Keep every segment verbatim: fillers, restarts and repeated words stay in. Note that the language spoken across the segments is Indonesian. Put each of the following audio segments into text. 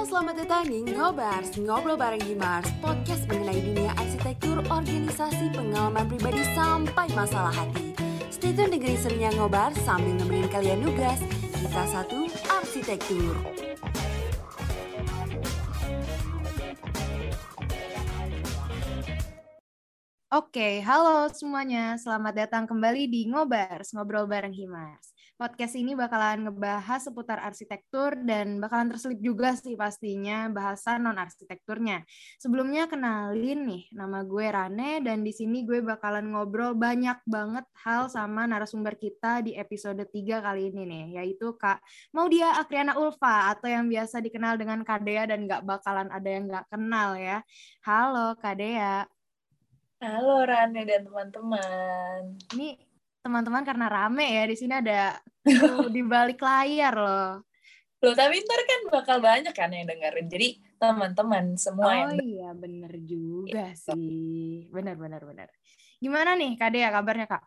selamat datang di Ngobars, Ngobrol bareng Gimars, podcast mengenai dunia arsitektur, organisasi, pengalaman pribadi, sampai masalah hati. Stay tune dengerin serunya Ngobars sambil nemenin kalian nugas. Kita satu arsitektur. Oke, halo semuanya. Selamat datang kembali di Ngobars, Ngobrol bareng Himas. Podcast ini bakalan ngebahas seputar arsitektur dan bakalan terselip juga sih pastinya bahasan non-arsitekturnya. Sebelumnya kenalin nih, nama gue Rane dan di sini gue bakalan ngobrol banyak banget hal sama narasumber kita di episode tiga kali ini nih, yaitu Kak Maudia Akriana Ulfa atau yang biasa dikenal dengan Kak Dea dan nggak bakalan ada yang nggak kenal ya. Halo Kak Dea. Halo Rane dan teman-teman. Ini teman-teman karena rame ya, di sini ada kru di balik layar loh. Loh, tapi ntar kan bakal banyak kan yang dengerin. Jadi teman-teman semua oh, yang Oh iya, bener juga ya. sih. Bener, bener, bener. Gimana nih Kak Dea kabarnya Kak?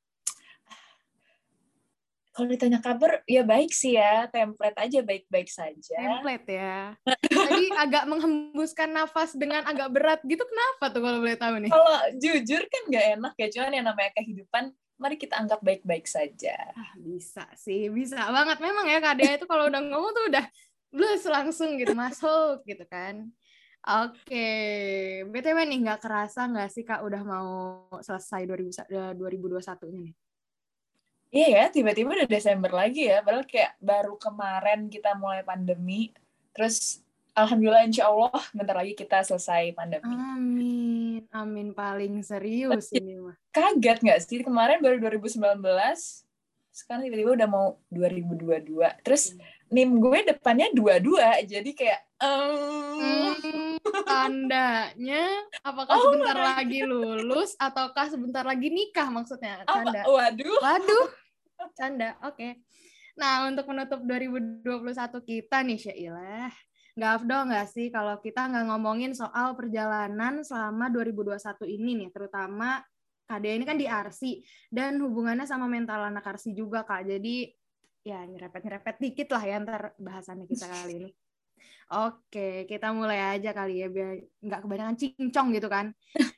Kalau ditanya kabar, ya baik sih ya. Template aja baik-baik saja. Template ya. Tadi agak menghembuskan nafas dengan agak berat gitu. Kenapa tuh kalau boleh tahu nih? Kalau jujur kan nggak enak ya. Cuman yang namanya kehidupan, mari kita anggap baik-baik saja. Ah, bisa sih. Bisa banget. Memang ya Kak Dea itu kalau udah ngomong tuh udah blus langsung gitu. Masuk gitu kan. Oke. B T W nih nggak kerasa nggak sih Kak udah mau selesai dua ribu dua puluh satu ini nih? Iya ya, tiba-tiba udah Desember lagi ya. Padahal kayak baru kemarin kita mulai pandemi. Terus alhamdulillah insya Allah bentar lagi kita selesai pandemi. Amin. Amin paling serius ini mah. Kaget nggak sih? Kemarin baru dua ribu sembilan belas. Sekarang tiba-tiba udah mau dua ribu dua puluh dua. Terus N I M gue depannya dua puluh dua. Jadi kayak... Um... Hmm, tandanya apakah oh sebentar lagi lulus ataukah sebentar lagi nikah maksudnya? Canda. Apa? Waduh. Waduh. Canda, oke. Okay. Nah, untuk menutup dua ribu dua puluh satu kita nih, Syailah. Nggak afdol nggak sih kalau kita nggak ngomongin soal perjalanan selama dua ribu dua puluh satu ini nih, terutama Kak Dea ini kan di Arsi, dan hubungannya sama mental anak Arsi juga, Kak. Jadi, ya nyerepet-nyerepet dikit lah ya ntar bahasannya kita kali ini. Oke, kita mulai aja kali ya, biar nggak kebanyakan cincong gitu kan.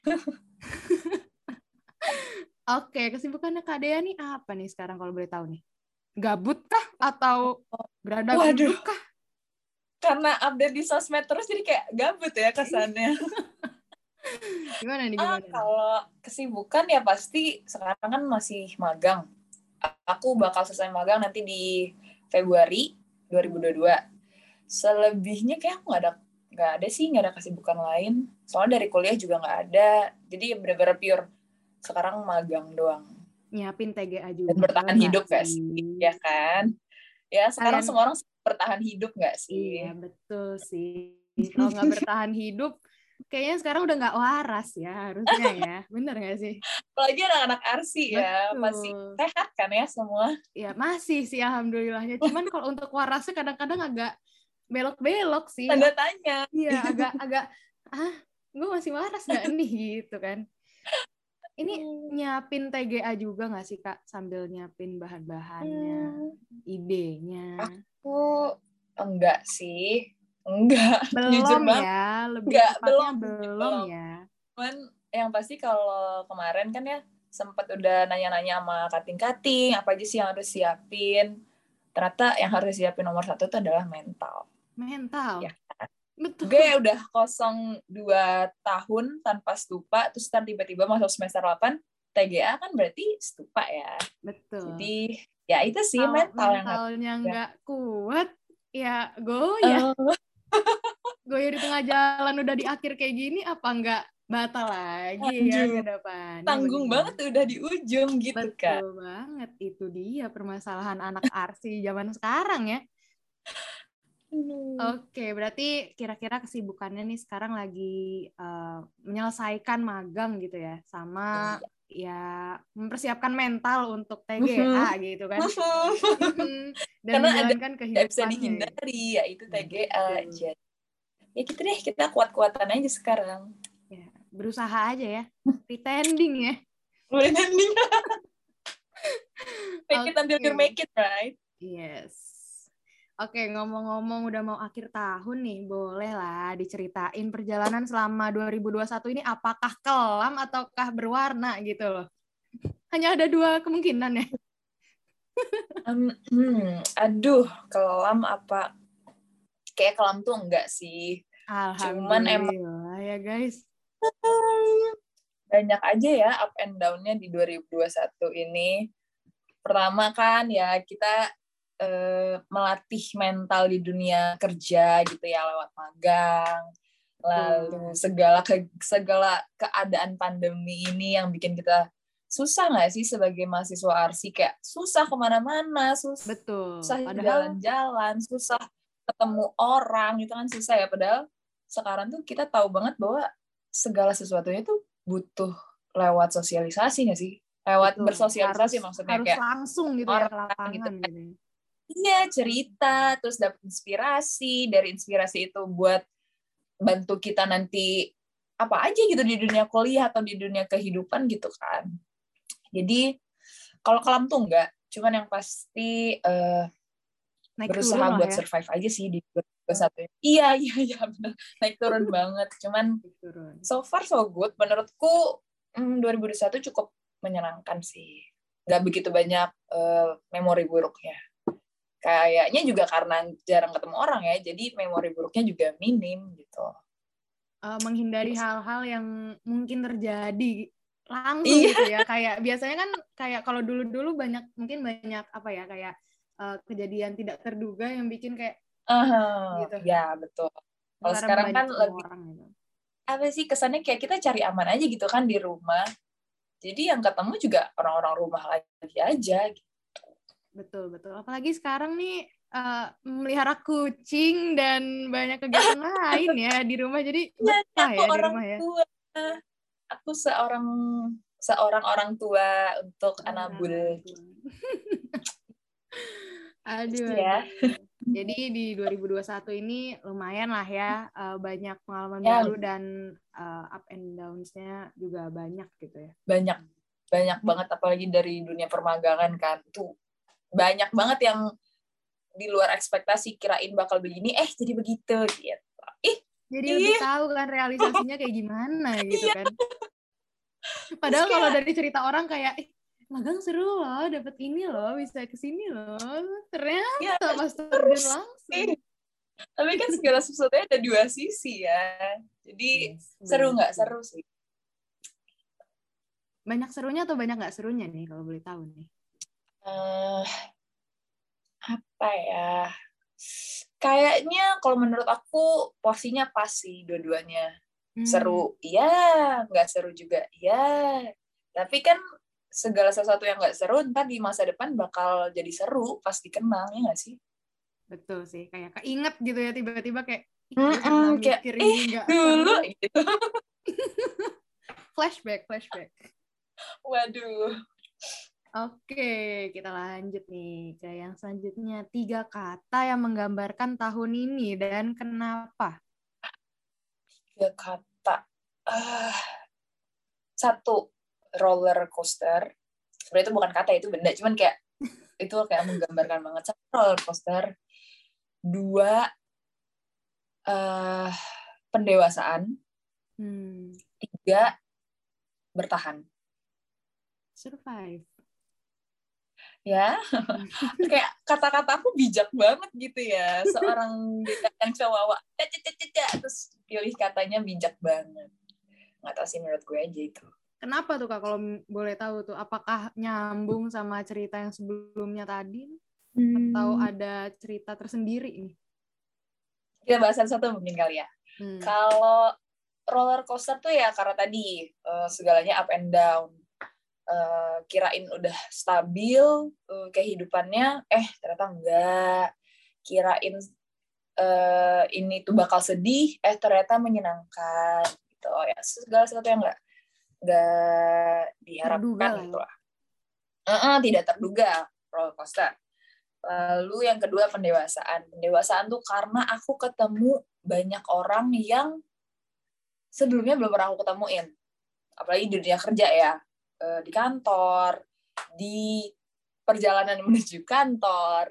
Oke, kesibukannya Kak Dea nih apa nih sekarang kalau boleh tahu nih? Gabut kah? Atau berada Waduh. gabut kah? Karena update di sosmed terus jadi kayak gabut ya kesannya. Gimana nih? Gimana ah, kalau kesibukan ya pasti sekarang kan masih magang. Aku bakal selesai magang nanti di Februari dua ribu dua puluh dua. Selebihnya kayak aku nggak ada nggak ada sih nggak ada kesibukan lain. Soalnya dari kuliah juga nggak ada. Jadi bener-bener pure sekarang magang doang. Nyiapin T G A juga. Dan bertahan hidup nggak sih? Ya kan? Ya sekarang Kalian... semua orang bertahan hidup nggak sih? Iya betul sih. Kalau nggak bertahan hidup, kayaknya sekarang udah nggak waras ya harusnya ya. Bener nggak sih? Apalagi anak-anak Arsi ya, masih sehat kan ya semua? Ya masih sih alhamdulillahnya. Cuman kalau untuk warasnya kadang-kadang agak belok-belok sih. Tanda tanya. Iya, agak-agak ah, gue masih waras nggak nih gitu kan? Ini nyiapin T G A juga nggak sih Kak sambil nyiapin bahan-bahannya, hmm. idenya? Aku enggak sih, enggak. Belum Jujur ya, lebih enggak, belum, belum, belum ya. Cuman yang pasti kalau kemarin kan ya sempat udah nanya-nanya sama kating-kating apa aja sih yang harus siapin. Ternyata yang harus siapin nomor satu itu adalah mental. Mental. Ya. Betul. Gue udah kosong dua tahun tanpa stupa, terus tiba-tiba masuk semester delapan, T G A kan berarti stupa ya. Betul. Jadi ya itu sih kalau mental mentalnya nggak kuat, ya goyah. Uh. Goyah di tengah jalan udah di akhir kayak gini, apa nggak batal lagi Anjur. ya ke depan. Tanggung bener. Banget udah di ujung gitu Betul kan. Betul banget, itu dia permasalahan anak Arsi zaman sekarang ya. Hmm. Oke, berarti kira-kira kesibukannya nih sekarang lagi uh, menyelesaikan magang gitu ya, sama hmm. ya mempersiapkan mental untuk T G A gitu kan. Dan karena ada kehidupannya. bisa dihindari, yaitu T G A aja. Ya gitu deh, kita kuat-kuatan aja sekarang. Ya, berusaha aja ya, pretending ya. Pretending. Make it until you make it, right? Yes. Oke, ngomong-ngomong udah mau akhir tahun nih, boleh lah diceritain perjalanan selama dua ribu dua puluh satu ini apakah kelam ataukah berwarna gitu loh. Hanya ada dua kemungkinan ya. Um, hmm, aduh, kelam apa? Kayak kelam tuh enggak sih. Cuman emang Alhamdulillah ya guys. banyak aja ya up and down-nya di dua ribu dua puluh satu ini. Pertama kan ya kita Uh, melatih mental di dunia kerja gitu ya lewat magang, lalu segala ke, segala keadaan pandemi ini yang bikin kita susah nggak sih sebagai mahasiswa Arsi, kayak susah kemana-mana, susah, Betul. susah Padahal jalan-jalan, susah ketemu orang, itu kan susah ya. Padahal sekarang tuh kita tahu banget bahwa segala sesuatunya tuh butuh lewat sosialisasi nggak sih? Lewat betul. bersosialisasi harus, maksudnya harus kayak langsung gitu ya ke lapangan gitu. gitu. Iya, cerita, terus dapat inspirasi, dari inspirasi itu buat bantu kita nanti apa aja gitu di dunia kuliah atau di dunia kehidupan gitu kan. Jadi, kalau kelam tuh enggak, cuman yang pasti uh, berusaha buat ya? survive aja sih di dua ribu dua puluh satu. Iya, iya, iya, benar. Naik turun banget. Cuman, turun. so far so good. Menurutku, hmm, dua ribu dua puluh satu cukup menyenangkan sih. Nggak begitu banyak uh, memori buruknya. Kayaknya juga karena jarang ketemu orang ya, jadi memori buruknya juga minim gitu. Uh, menghindari hal-hal yang mungkin terjadi langsung iya. gitu ya. Kayak biasanya kan kayak kalau dulu-dulu banyak mungkin banyak apa ya kayak uh, kejadian tidak terduga yang bikin kayak uh, gitu. Ya betul. Kalau sekarang kan lebih orang, gitu. Apa sih kesannya kayak kita cari aman aja gitu kan di rumah. Jadi yang ketemu juga orang-orang rumah lagi aja. Gitu. Betul, betul. Apalagi sekarang nih uh, melihara kucing dan banyak kegiatan lain ya di rumah. Jadi betah ya, ya di rumah ya. Tua. Aku seorang seorang orang tua untuk oh, Anabul. Aduh, ya. aduh. Jadi di dua ribu dua puluh satu ini lumayan lah ya, uh, banyak pengalaman ya. baru dan uh, up and downs-nya juga banyak gitu ya. Banyak, banyak banget apalagi dari dunia permagangan kan. Tuh banyak banget yang di luar ekspektasi, kirain bakal begini, eh jadi begitu gitu. Ih, jadi ih. lebih tahu kan realisasinya kayak gimana gitu kan. Padahal kalau dari cerita orang kayak, eh, magang seru loh, dapet ini loh, bisa kesini loh. Ternyata ya, pas terjun langsung. Tapi kan segala sesuatunya ada dua sisi ya. Jadi yes, seru nggak? Seru sih. Banyak serunya atau banyak nggak serunya nih kalau boleh tahu nih? Uh, apa ya? Kayaknya kalau menurut aku porsinya pas sih dua-duanya. Hmm. Seru, iya. Nggak seru juga, iya. Tapi kan segala sesuatu yang nggak seru, ntar di masa depan bakal jadi seru pas dikenang, ya nggak sih? Betul sih, kayak keinget gitu ya, tiba-tiba kayak, ih, pernah mikir kayak, ini nggak dulu, gitu. Flashback, flashback. Waduh. Oke, kita lanjut nih ke yang selanjutnya. Tiga kata yang menggambarkan tahun ini dan kenapa? Tiga kata. Uh, satu, roller coaster. Sebenarnya itu bukan kata, itu benda. Cuman kayak, itu kayak menggambarkan banget. Satu, roller coaster. Dua, uh, pendewasaan. Hmm. Tiga, bertahan. Survive. Ya, kayak kata-kata aku bijak banget gitu ya, seorang yang cowok, terus pilih katanya bijak banget. Nggak tahu sih, menurut gue aja itu. Kenapa tuh Kak, kalau boleh tahu tuh, apakah nyambung sama cerita yang sebelumnya tadi, hmm. atau ada cerita tersendiri nih? Kita bahas satu mungkin kali ya. Hmm. Kalau roller coaster tuh ya karena tadi uh, segalanya up and down. Uh, kirain udah stabil uh, kehidupannya, eh ternyata enggak. Kirain uh, ini tuh bakal sedih, eh ternyata menyenangkan gitu ya. Segala sesuatu yang enggak enggak diharapkan terduga gitu lah. Uh-uh, tidak terduga roller coaster. Lalu yang kedua pendewasaan. Pendewasaan tuh karena aku ketemu banyak orang yang sebelumnya belum pernah aku ketemuin. Apalagi di dunia kerja ya. Di kantor, di perjalanan menuju kantor,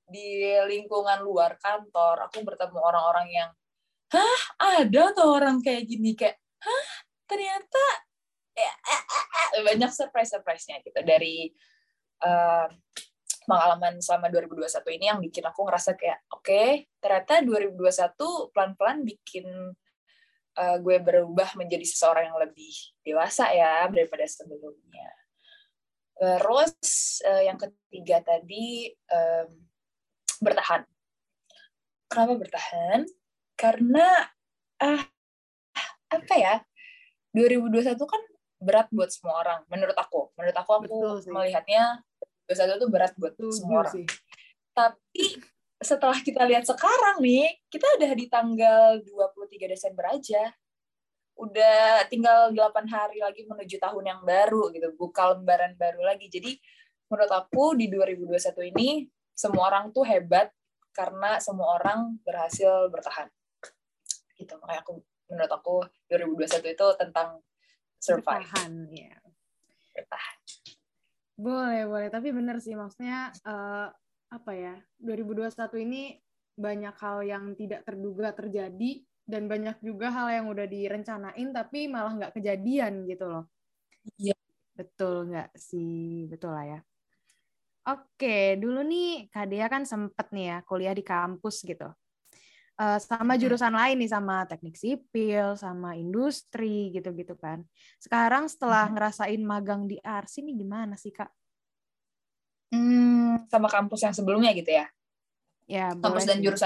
di lingkungan luar kantor aku bertemu orang-orang yang, hah ada tuh orang kayak gini, kayak hah ternyata ya, eh, eh, eh. banyak surprise-surprise-nya gitu dari uh, pengalaman selama dua ribu dua puluh satu ini yang bikin aku ngerasa kayak oke, okay, ternyata dua ribu dua puluh satu pelan-pelan bikin uh, gue berubah menjadi seseorang yang lebih dewasa ya daripada sebelumnya. Terus uh, yang ketiga tadi um, bertahan. Kenapa bertahan? Karena ah apa ya? dua ribu dua puluh satu kan berat buat semua orang menurut aku. Menurut aku aku melihatnya dua ribu dua puluh satu itu berat buat Tujuh semua orang. Sih. Tapi setelah kita lihat sekarang nih, kita udah di tanggal dua puluh tiga Desember aja. Udah tinggal delapan hari lagi menuju tahun yang baru gitu, buka lembaran baru lagi. Jadi menurut aku di dua ribu dua puluh satu ini semua orang tuh hebat karena semua orang berhasil bertahan. Gitu. Makanya aku menurut aku dua ribu dua puluh satu itu tentang survive. Bertahan, ya. Bertahan. Boleh, boleh. Tapi benar sih, maksudnya uh, apa ya? dua ribu dua puluh satu ini banyak hal yang tidak terduga terjadi dan banyak juga hal yang udah direncanain tapi malah nggak kejadian gitu loh. Iya. Betul nggak sih? Betul lah ya. Oke, dulu nih Kak Dea kan sempet nih ya kuliah di kampus gitu. Uh, sama jurusan lain nih, sama teknik sipil, sama industri gitu-gitu kan. Sekarang setelah ngerasain magang di A R S I nih gimana sih Kak? Hmm, sama kampus yang sebelumnya gitu ya? Ya, kampus boleh dan sih. jurusan.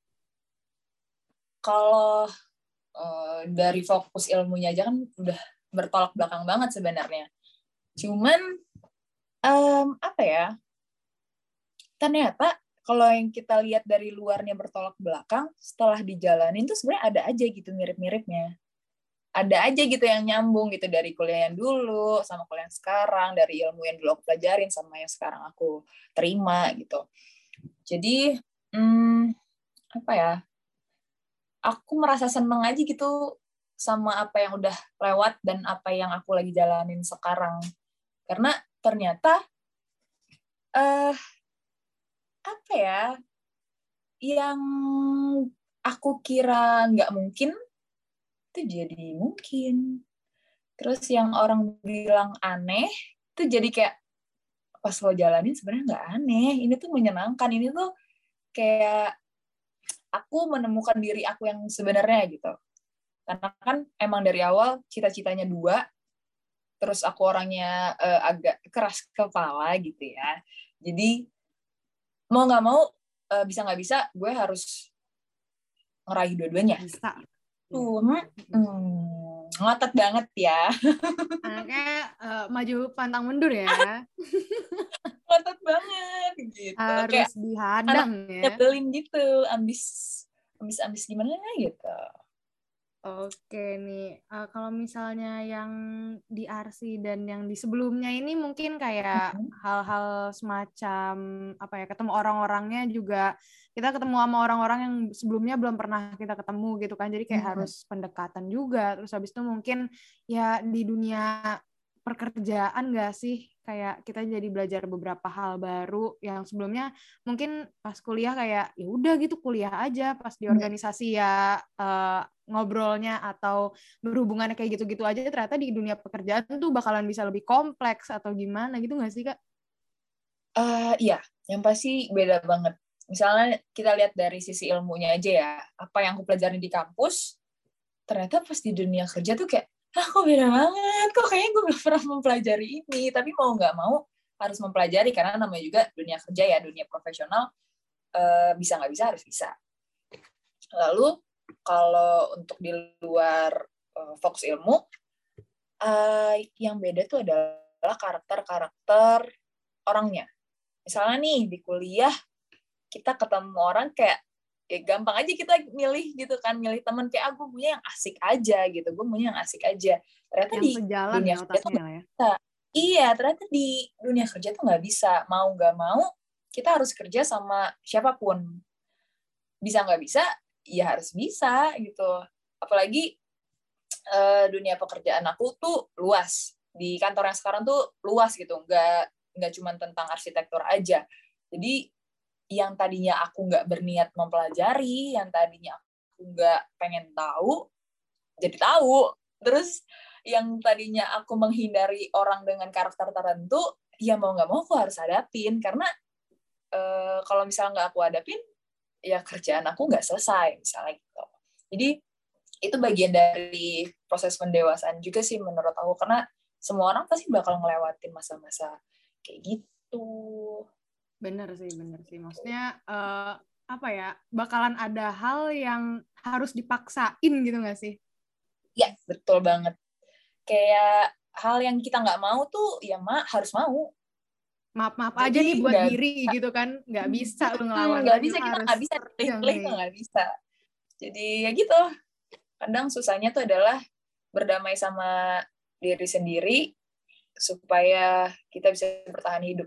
Kalau uh, dari fokus ilmunya aja kan udah bertolak belakang banget sebenarnya. Cuman um, apa ya? Ternyata kalau yang kita lihat dari luarnya bertolak belakang, setelah dijalanin tuh sebenarnya ada aja gitu mirip-miripnya. Ada aja gitu yang nyambung gitu dari kuliah yang dulu sama kuliah yang sekarang, dari ilmu yang dulu aku pelajarin sama yang sekarang aku terima gitu. Jadi, hmm, apa ya? Aku merasa seneng aja gitu sama apa yang udah lewat dan apa yang aku lagi jalanin sekarang. Karena ternyata uh, apa ya, yang aku kira nggak mungkin itu jadi mungkin. Terus yang orang bilang aneh itu jadi kayak pas lo jalanin sebenarnya nggak aneh. Ini tuh menyenangkan. Ini tuh kayak aku menemukan diri aku yang sebenarnya gitu. Karena kan emang dari awal cita-citanya dua, terus aku orangnya uh, agak keras kepala gitu ya. Jadi mau nggak mau, uh, bisa nggak bisa, gue harus ngeraih dua-duanya. Bisa. Tuh, hmm, ngotot banget ya. Anaknya uh, maju pantang mundur ya. Ngotot banget gitu. Harus kayak dihadang ya. Nyebelin gitu, ambis, ambis, ambis gimana gitu. Oke nih, uh, kalau misalnya yang di A R S I dan yang di sebelumnya ini mungkin kayak mm-hmm. hal-hal semacam apa ya, ketemu orang-orangnya juga kita ketemu sama orang-orang yang sebelumnya belum pernah kita ketemu gitu kan, jadi kayak mm-hmm. harus pendekatan juga. Terus habis itu mungkin ya di dunia pekerjaan nggak sih, kayak kita jadi belajar beberapa hal baru yang sebelumnya mungkin pas kuliah kayak ya udah gitu kuliah aja, pas di organisasi ya uh, ngobrolnya atau berhubungannya kayak gitu-gitu aja, ternyata di dunia pekerjaan tuh bakalan bisa lebih kompleks atau gimana gitu nggak sih Kak? Uh, iya, yang pasti beda banget. Misalnya kita lihat dari sisi ilmunya aja ya, apa yang aku pelajarin di kampus, ternyata pas di dunia kerja tuh kayak, ah kok beda banget, kok kayaknya gue belum pernah mempelajari ini, tapi mau nggak mau harus mempelajari, karena namanya juga dunia kerja ya, dunia profesional, uh, bisa nggak bisa harus bisa. Lalu kalau untuk di luar uh, fokus ilmu, uh, yang beda tuh adalah karakter-karakter orangnya. Misalnya nih di kuliah kita ketemu orang kayak ya gampang aja kita milih gitu kan, milih teman kayak aku ah, punya yang asik aja gitu, gue punya yang asik aja. Ternyata yang di dunia ya, kerja tuh nggak bisa. Iya, ternyata di dunia kerja tuh nggak bisa. Mau nggak mau kita harus kerja sama siapapun. Bisa nggak bisa, ya harus bisa gitu. Apalagi uh, dunia pekerjaan aku tuh luas. Di kantor yang sekarang tuh luas gitu, nggak nggak cuma tentang arsitektur aja. Jadi yang tadinya aku nggak berniat mempelajari, yang tadinya aku nggak pengen tahu, jadi tahu. Terus yang tadinya aku menghindari orang dengan karakter tertentu, ya mau nggak mau aku harus hadapin. Karena uh, kalau misalnya nggak aku hadapin, ya kerjaan aku nggak selesai, misalnya gitu. Jadi itu bagian dari proses pendewasaan juga sih menurut aku. Karena semua orang pasti bakal ngelewatin masa-masa kayak gitu. Bener sih, bener sih. Maksudnya uh, apa ya, bakalan ada hal yang harus dipaksain gitu nggak sih? Ya, betul banget. Kayak hal yang kita nggak mau tuh, ya mak harus mau. Maaf-maaf aja nih buat gak, diri gitu kan. Nggak bisa lu ngelawan. Nggak bisa, kita nggak bisa. Pilih tuh nggak bisa. Jadi ya gitu. Kadang susahnya tuh adalah berdamai sama diri sendiri supaya kita bisa bertahan hidup.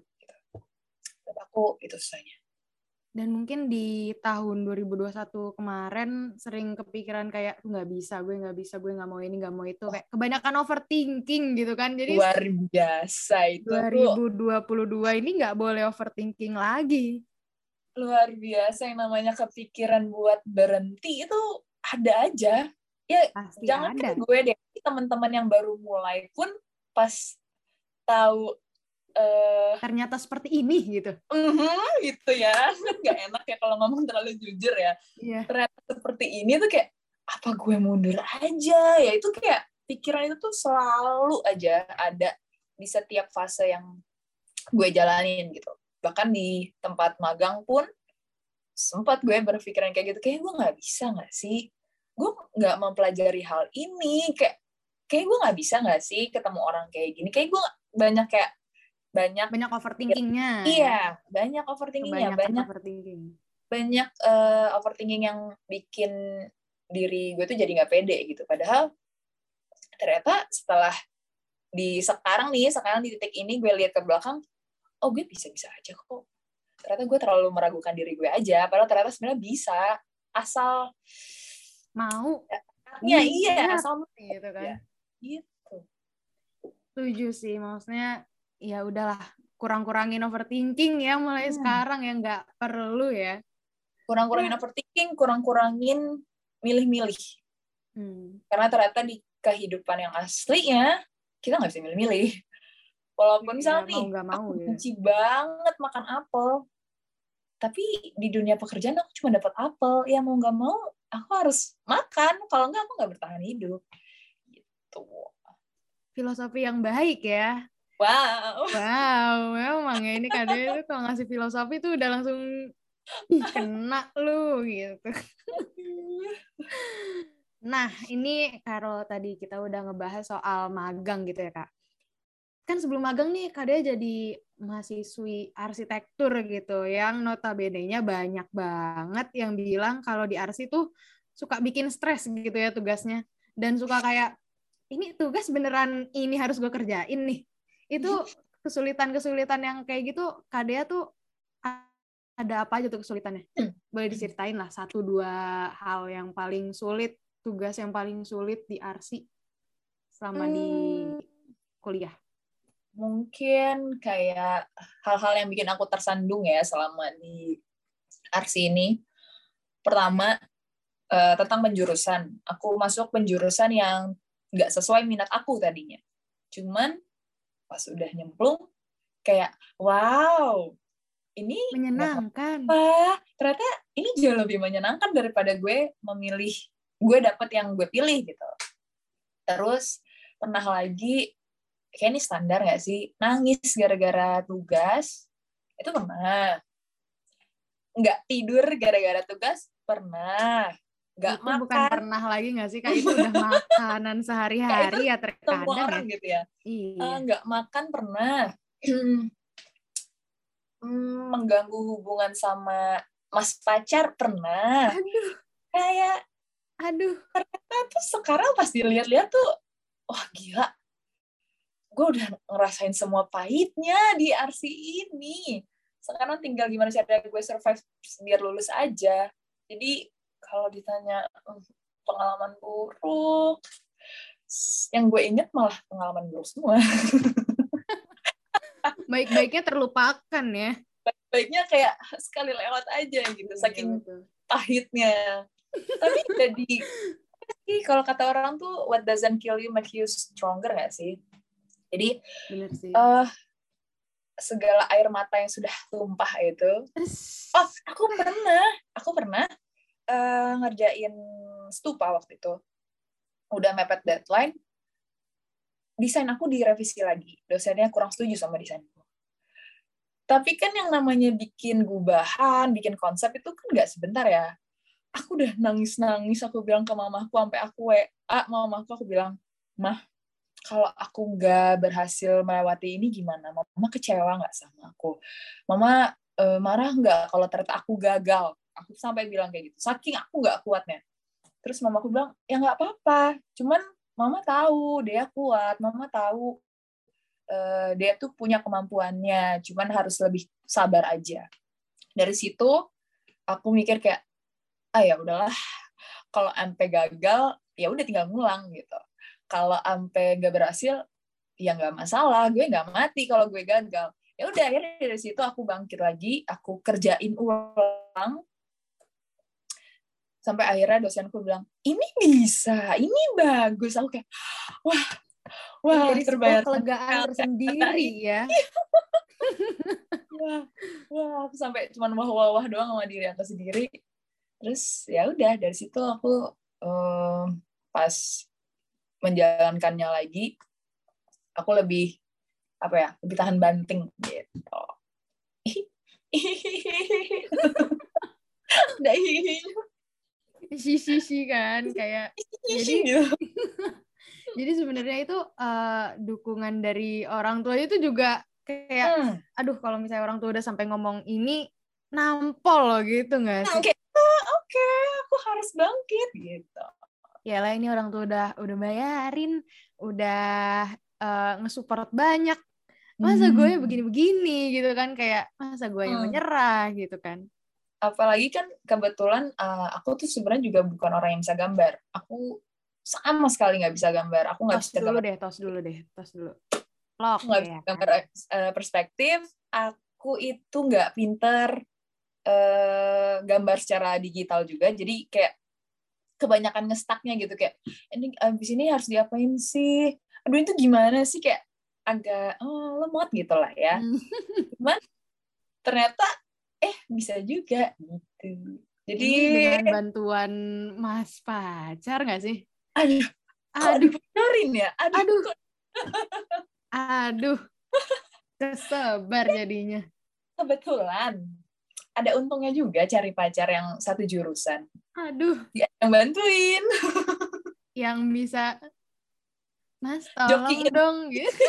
Buat aku itu susahnya. Dan mungkin di tahun dua ribu dua puluh satu kemarin sering kepikiran kayak nggak bisa, gue nggak bisa, gue nggak mau ini, nggak mau itu. Kayak kebanyakan overthinking gitu kan. Jadi luar biasa itu. dua ribu dua puluh dua ini nggak boleh overthinking lagi. Luar biasa, yang namanya kepikiran buat berhenti itu ada aja. Ya pasti jangan ada. Kan gue deh, teman-teman yang baru mulai pun pas tahu Uh, ternyata seperti ini gitu. Uh-huh, gitu ya. Nggak enak ya kalau ngomong terlalu jujur ya. Yeah. Ternyata seperti ini tuh kayak, apa gue mundur aja? Ya itu kayak, pikiran itu tuh selalu aja ada di setiap fase yang gue jalanin gitu. Bahkan di tempat magang pun, sempat gue berpikiran kayak gitu, kayak gue nggak bisa nggak sih? Gue nggak mempelajari hal ini. Kayak, kayak gue nggak bisa nggak sih ketemu orang kayak gini? Kayak gue banyak kayak, banyak banyak overthinkingnya. Iya, ya. banyak overthinkingnya, banyak overthinking. banyak uh, overthinking yang bikin diri gue tuh jadi nggak pede gitu. Padahal ternyata setelah di sekarang nih, sekarang di titik ini gue lihat ke belakang, oh gue bisa-bisa aja kok. Ternyata gue terlalu meragukan diri gue aja. Padahal ternyata sebenarnya bisa, asal mau. Ya, iya, asal gitu kan. Ya, gitu. Setuju sih, maksudnya ya udahlah, kurang-kurangin overthinking ya mulai hmm. sekarang ya, nggak perlu ya. Kurang-kurangin ya. overthinking, kurang-kurangin milih-milih. Hmm. Karena ternyata di kehidupan yang aslinya kita nggak bisa milih-milih. Walaupun misalnya ya, nih, mau mau, aku benci ya. banget makan apel, tapi di dunia pekerjaan aku cuma dapat apel. Ya mau nggak mau, aku harus makan. Kalau nggak, aku nggak bertahan hidup. Gitu. Filosofi yang baik ya. Wow. Wow, memang ya ini Kak Dea itu kalau ngasih filosofi tuh udah langsung ih kena lu gitu. Nah, ini Karo tadi kita udah ngebahas soal magang gitu ya, Kak. Kan sebelum magang nih Kak Dea jadi mahasiswi arsitektur gitu yang notabene-nya banyak banget yang bilang kalau di arsi tuh suka bikin stres gitu ya tugasnya, dan suka kayak ini tugas beneran ini harus gue kerjain nih. Itu kesulitan-kesulitan yang kayak gitu Kak Dea tuh ada apa aja tuh kesulitannya? Boleh diceritain lah satu dua hal yang paling sulit, tugas yang paling sulit di arsi selama hmm. di kuliah. Mungkin kayak hal-hal yang bikin aku tersandung ya selama di arsi ini. Pertama, uh, tentang penjurusan. Aku masuk penjurusan yang nggak sesuai minat aku tadinya. Cuman pas udah nyemplung, kayak wow, ini menyenangkan. Apa. Ternyata ini jauh lebih menyenangkan daripada gue memilih, gue dapet yang gue pilih gitu. Terus pernah lagi, kayak ini standar nggak sih, nangis gara-gara tugas, itu pernah. Nggak tidur gara-gara tugas, pernah. Nggak itu makan. Bukan pernah lagi nggak sih, Kak? Itu udah makanan sehari-hari ya terkadang semua orang ya. gitu ya. Iya. Uh, nggak makan pernah. hmm, mengganggu hubungan sama mas pacar pernah. Aduh. Kayak, aduh. Ternyata tuh sekarang pas dilihat-lihat tuh, wah gila. Gue udah ngerasain semua pahitnya di arsi ini. Sekarang tinggal gimana cara gue survive biar lulus aja. Jadi kalau ditanya pengalaman buruk, yang gue inget malah pengalaman buruk semua. Baik-baiknya terlupakan ya. baik-baiknya kayak sekali lewat aja gitu, saking Betul. pahitnya. Tapi jadi kalau kata orang tuh what doesn't kill you make you stronger nggak sih? Jadi Bener sih. uh, segala air mata yang sudah tumpah itu, oh aku pernah, aku pernah uh, ngerjain stupa waktu itu, udah mepet deadline, desain aku direvisi lagi, dosennya kurang setuju sama desainku. Tapi kan yang namanya bikin gubahan, bikin konsep itu kan nggak sebentar ya. Aku udah nangis-nangis, aku bilang ke mamaku, sampai aku W A mamaku, aku bilang, Mah, kalau aku nggak berhasil melewati ini gimana? Mama kecewa nggak sama aku? Mama uh, marah nggak kalau ternyata aku gagal? Aku sampai bilang kayak gitu. Saking aku nggak kuatnya. Terus mamaku bilang, ya nggak apa-apa. Cuman mama tahu dia kuat. Mama tahu uh, dia tuh punya kemampuannya. Cuman harus lebih sabar aja. Dari situ aku mikir kayak, ah ya udahlah. Kalau sampai gagal, ya udah tinggal ngulang gitu. Kalau sampai nggak berhasil, ya nggak masalah, gue nggak mati kalau gue gagal. Ya udah, akhirnya dari situ aku bangkit lagi, aku kerjain ulang, sampai akhirnya dosenku bilang, ini bisa, ini bagus. Aku kayak, wah, wah, jadi sebuah kelegaan tersendiri ya. wah, wah, aku sampai cuman wah-wah doang sama diri aku sendiri. Terus ya udah, dari situ aku um, pas menjalankannya lagi, aku lebih apa ya, lebih tahan banting gitu. Udah si-si-si kan kayak jadi jadi sebenarnya itu uh, dukungan dari orang tua itu juga kayak hmm. aduh kalau misalnya orang tua udah sampai ngomong ini nampol loh gitu nggak sih? Oke, oh, oke, okay. Aku harus bangkit gitu. Ya lah, ini orang tua udah udah bayarin, udah uh, nge-support banyak. Masa gue hmm. begini-begini gitu kan, kayak masa gue yang hmm. menyerah gitu kan. Apalagi kan kebetulan uh, aku tuh sebenarnya juga bukan orang yang bisa gambar. Aku sama sekali nggak bisa gambar. Aku nggak bisa dulu gambar. deh, tos dulu deh, tos dulu. Lock, aku nggak ya, bisa kan? gambar uh, perspektif. Aku itu nggak pinter uh, gambar secara digital juga. Jadi kayak kebanyakan ngestaknya gitu, kayak ini abis ini harus diapain sih? Aduh itu gimana sih, kayak agak oh, lemot gitu lah ya. Cuman ternyata eh bisa juga gitu. Jadi ini dengan bantuan mas pacar nggak sih? Aduh, aduh, benerin ya. Aduh, aduh, aduh, kesebar jadinya. Kebetulan ada untungnya juga cari pacar yang satu jurusan. Aduh, dia yang bantuin. Yang bisa, Mas tolong joki dong gitu.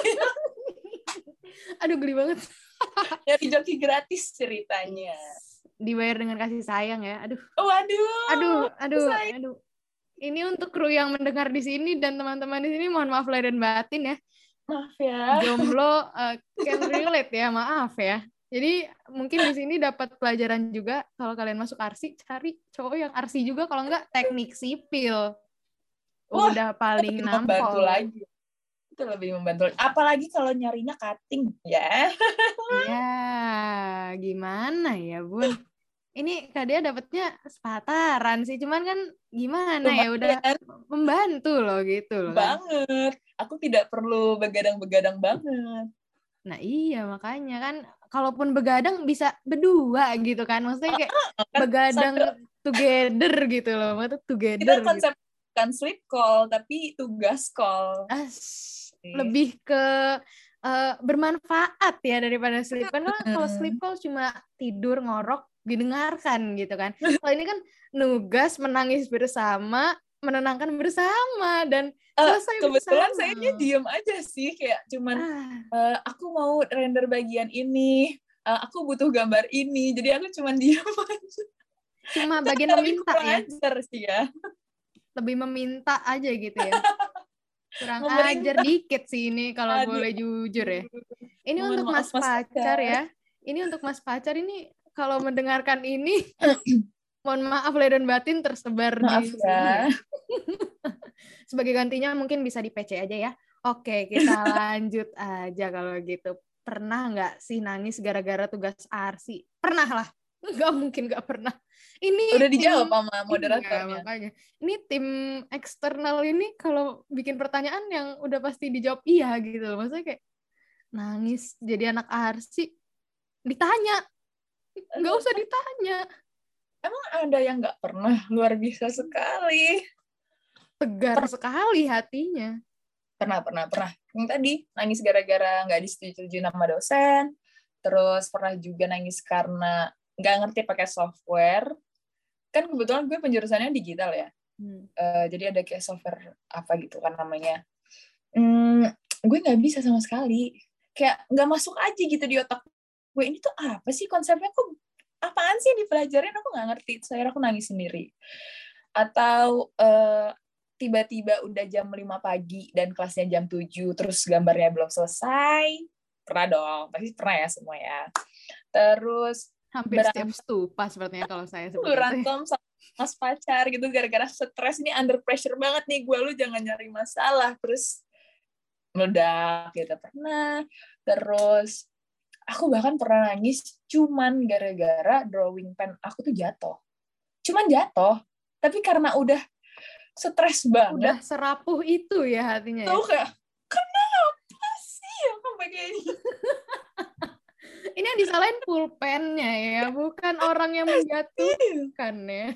Aduh geli banget. Jadi joki gratis ceritanya. Dibayar dengan kasih sayang ya. Aduh. Oh, aduh. Aduh, aduh, aduh. Ini untuk kru yang mendengar di sini dan teman-teman di sini, mohon maaf lahir dan batin ya. Maaf ya. Jomblo uh, can relate ya, maaf ya. Jadi mungkin di sini dapat pelajaran juga, kalau kalian masuk arsi, cari cowok yang arsi juga, kalau enggak teknik sipil. Udah Wah, paling nampol. Membantu lagi. Itu lebih membantu. Apalagi kalau nyarinya cutting ya. Ya, gimana ya, Bun? Ini Kak Dea dapetnya sepataran sih, cuman kan gimana Lumayan. Ya udah membantu loh gitu loh. Banget. Kan? Aku tidak perlu begadang-begadang banget. Nah iya, makanya kan kalaupun begadang bisa berdua gitu kan. Maksudnya kayak ah, kan begadang sambil... together gitu loh. Maksudnya together. Kita konsep gitu. Bukan sleep call, tapi tugas call. As, lebih ke uh, bermanfaat ya daripada sleep. Karena kalau sleep call cuma tidur, ngorok, didengarkan gitu kan. Kalau ini kan nugas, menangis bersama, menenangkan bersama, dan selesai uh, kebetulan bersama. Sayanya diem aja sih, kayak cuman ah. uh, aku mau render bagian ini, uh, aku butuh gambar ini, jadi aku cuman diem aja. Cuma bagian meminta ya. Ajar sih ya. Lebih meminta aja gitu ya. Kurang Memerintah. Ajar dikit sih ini kalau Aduh. Boleh jujur ya. Ini Mohon untuk mas, mas pacar ya. Ini untuk mas pacar ini kalau mendengarkan ini mohon maaf lahir dan batin tersebar maaf di ya. Sini. Sebagai gantinya mungkin bisa di P C aja ya. Oke, kita lanjut aja kalau gitu. pernah nggak sih nangis gara-gara tugas arsi? Pernah lah. Nggak mungkin nggak pernah. Ini udah dijawab tim, sama iya, moderatornya. makanya. Ini tim eksternal ini kalau bikin pertanyaan yang udah pasti dijawab iya gitu loh. Maksudnya kayak nangis jadi anak arsi ditanya. Nggak usah ditanya. Emang ada yang nggak pernah? Luar biasa sekali. Tegar sekali hatinya. Pernah, pernah, pernah. Yang tadi, nangis gara-gara nggak disetujui sama dosen. Terus pernah juga nangis karena nggak ngerti pakai software. Kan kebetulan gue penjurusannya digital ya. Hmm. Uh, jadi ada kayak software apa gitu kan namanya. Hmm, gue nggak bisa sama sekali. Kayak nggak masuk aja gitu di otak gue. Ini tuh apa sih konsepnya? Kok apaan sih yang dipelajarin? Aku nggak ngerti. Terus akhirnya aku nangis sendiri. Atau uh, tiba-tiba udah jam lima pagi dan kelasnya jam tujuh, terus gambarnya belum selesai. Pernah dong, pasti pernah ya semua ya. Terus hampir berantem, setiap stupa sepertinya kalau saya seperti berantem sama mas pacar gitu, gara-gara stres ini under pressure banget nih gue, lu jangan nyari masalah. Terus meledak gitu, pernah. Terus aku bahkan pernah nangis cuman gara-gara drawing pen aku tuh jatuh. Cuman jatuh, tapi karena udah stres banget. Udah serapuh itu ya hatinya. Tuh kayak, kenapa sih ya sampai kayak gini? Ini yang disalahin pulpennya ya, bukan orang yang menjatuhkan ya.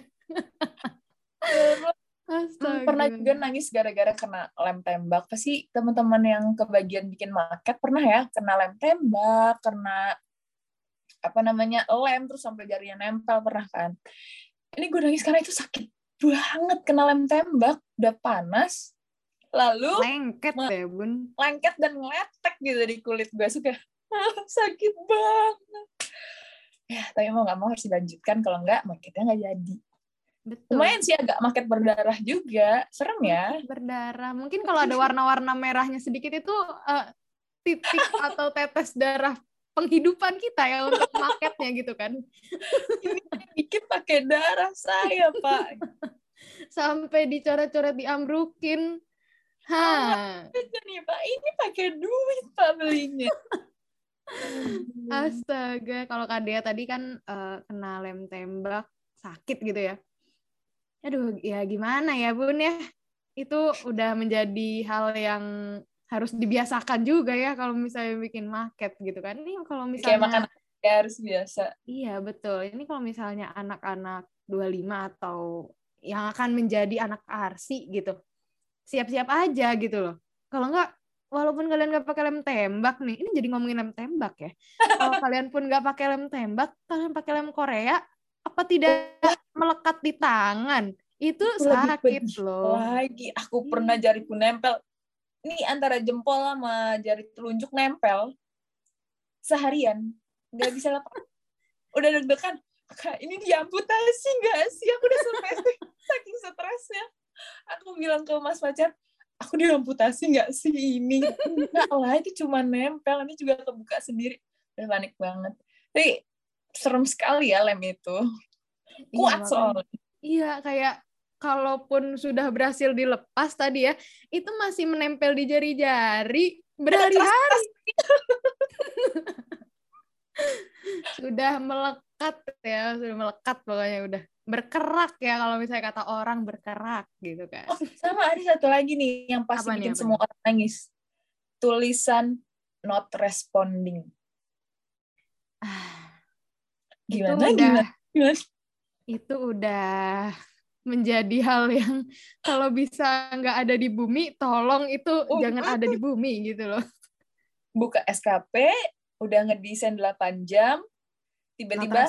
Astaga. Pernah juga nangis gara-gara kena lem tembak. Pasti teman-teman yang kebagian bikin maket pernah ya, kena lem tembak, kena apa namanya lem, terus sampai jarinya nempel, pernah kan? Ini gue nangis karena itu sakit banget, kena lem tembak, udah panas, lalu lengket me- ya bun, lengket dan ngeletek gitu di kulit gue, suka sakit banget. Ya, tapi mau nggak mau harus dilanjutkan, kalau nggak maketnya nggak jadi. Betul. Lumayan sih agak maket berdarah juga, serem ya. Maket berdarah, mungkin kalau ada warna-warna merahnya sedikit itu uh, titik atau tetes darah penghidupan kita ya untuk maketnya gitu kan. Ini dikit pakai darah saya, Pak. Sampai dicoret-coret diambrukin. Ha. Nih, Pak, ini pakai duit Pak belinya. Astaga, kalau Kak Dea tadi kan uh, kena lem tembak, sakit gitu ya. Aduh, ya gimana ya Bun ya. Itu udah menjadi hal yang harus dibiasakan juga ya kalau misalnya bikin market gitu kan. Ini kalau misalnya kayak makan ya harus biasa. Iya, betul. Ini kalau misalnya anak-anak dua puluh lima atau yang akan menjadi anak arsi gitu. Siap-siap aja gitu loh. Kalau enggak, walaupun kalian nggak pakai lem tembak nih, ini jadi ngomongin lem tembak ya. Kalau kalian pun nggak pakai lem tembak, kalian pakai lem Korea, apa tidak melekat di tangan? Itu sakit loh. Lagi, aku pernah jariku nempel. Ini antara jempol sama jari telunjuk nempel seharian, nggak bisa lepas. Udah deg-degan, Kak, ini diamputasi nggak sih? Aku udah stres, saking stresnya. Aku bilang ke mas pacar, aku diamputasi nggak sih ini? Enggak lah, itu cuma nempel, ini juga kebuka sendiri. Udah panik banget. Tapi serem sekali ya lem itu. Kuat iya, soalnya. Iya, kayak kalaupun sudah berhasil dilepas tadi ya, itu masih menempel di jari-jari berhari-hari. Sudah melekat ya, sudah melekat pokoknya, udah berkerak ya kalau misalnya kata orang, berkerak gitu kan. Oh, sama ada satu lagi nih yang pasti apa bikin nih, semua nih? Orang nangis. Tulisan not responding. Ah, gimana, itu udah, gimana? Itu udah menjadi hal yang kalau bisa nggak ada di bumi, tolong itu uh, jangan uh, ada di bumi gitu loh. Buka S K P, udah ngedesain delapan jam, tiba-tiba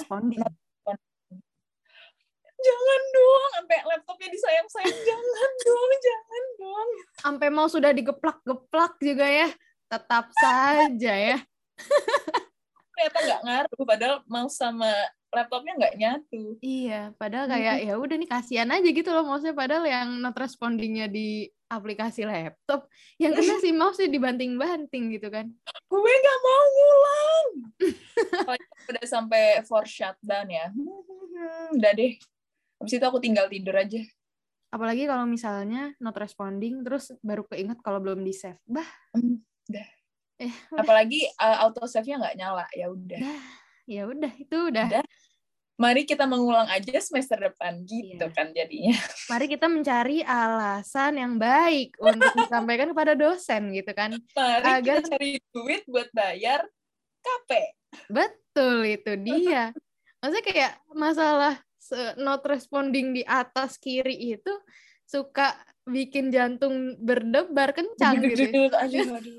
jangan dong, sampai laptopnya disayang-sayang, jangan dong, jangan dong. Sampai mau sudah digeplak-geplak juga ya, tetap saja ya. Ternyata nggak ngaruh, padahal mouse sama laptopnya nggak nyatu. Iya, padahal kayak hmm. ya udah nih kasihan aja gitu loh mouse-nya, padahal yang not responding-nya di aplikasi laptop, yang kena si mouse-nya dibanting-banting gitu kan. Gue nggak mau ngulang. Udah sampai force shutdown ya. Udah deh. Habis itu aku tinggal tidur aja. Apalagi kalau misalnya not responding, terus baru keinget kalau belum di-save. Bah. Udah. Eh, apalagi uh, auto save-nya nggak nyala, ya udah. Ya udah, itu udah. Udah. Mari kita mengulang aja semester depan gitu iya. Kan jadinya. Mari kita mencari alasan yang baik untuk disampaikan kepada dosen gitu kan. Mari agar... kita cari duit buat bayar K P. Betul, itu dia. Maksudnya kayak masalah not responding di atas kiri itu suka bikin jantung berdebar kencang gitu. Aduh, aduh, aduh.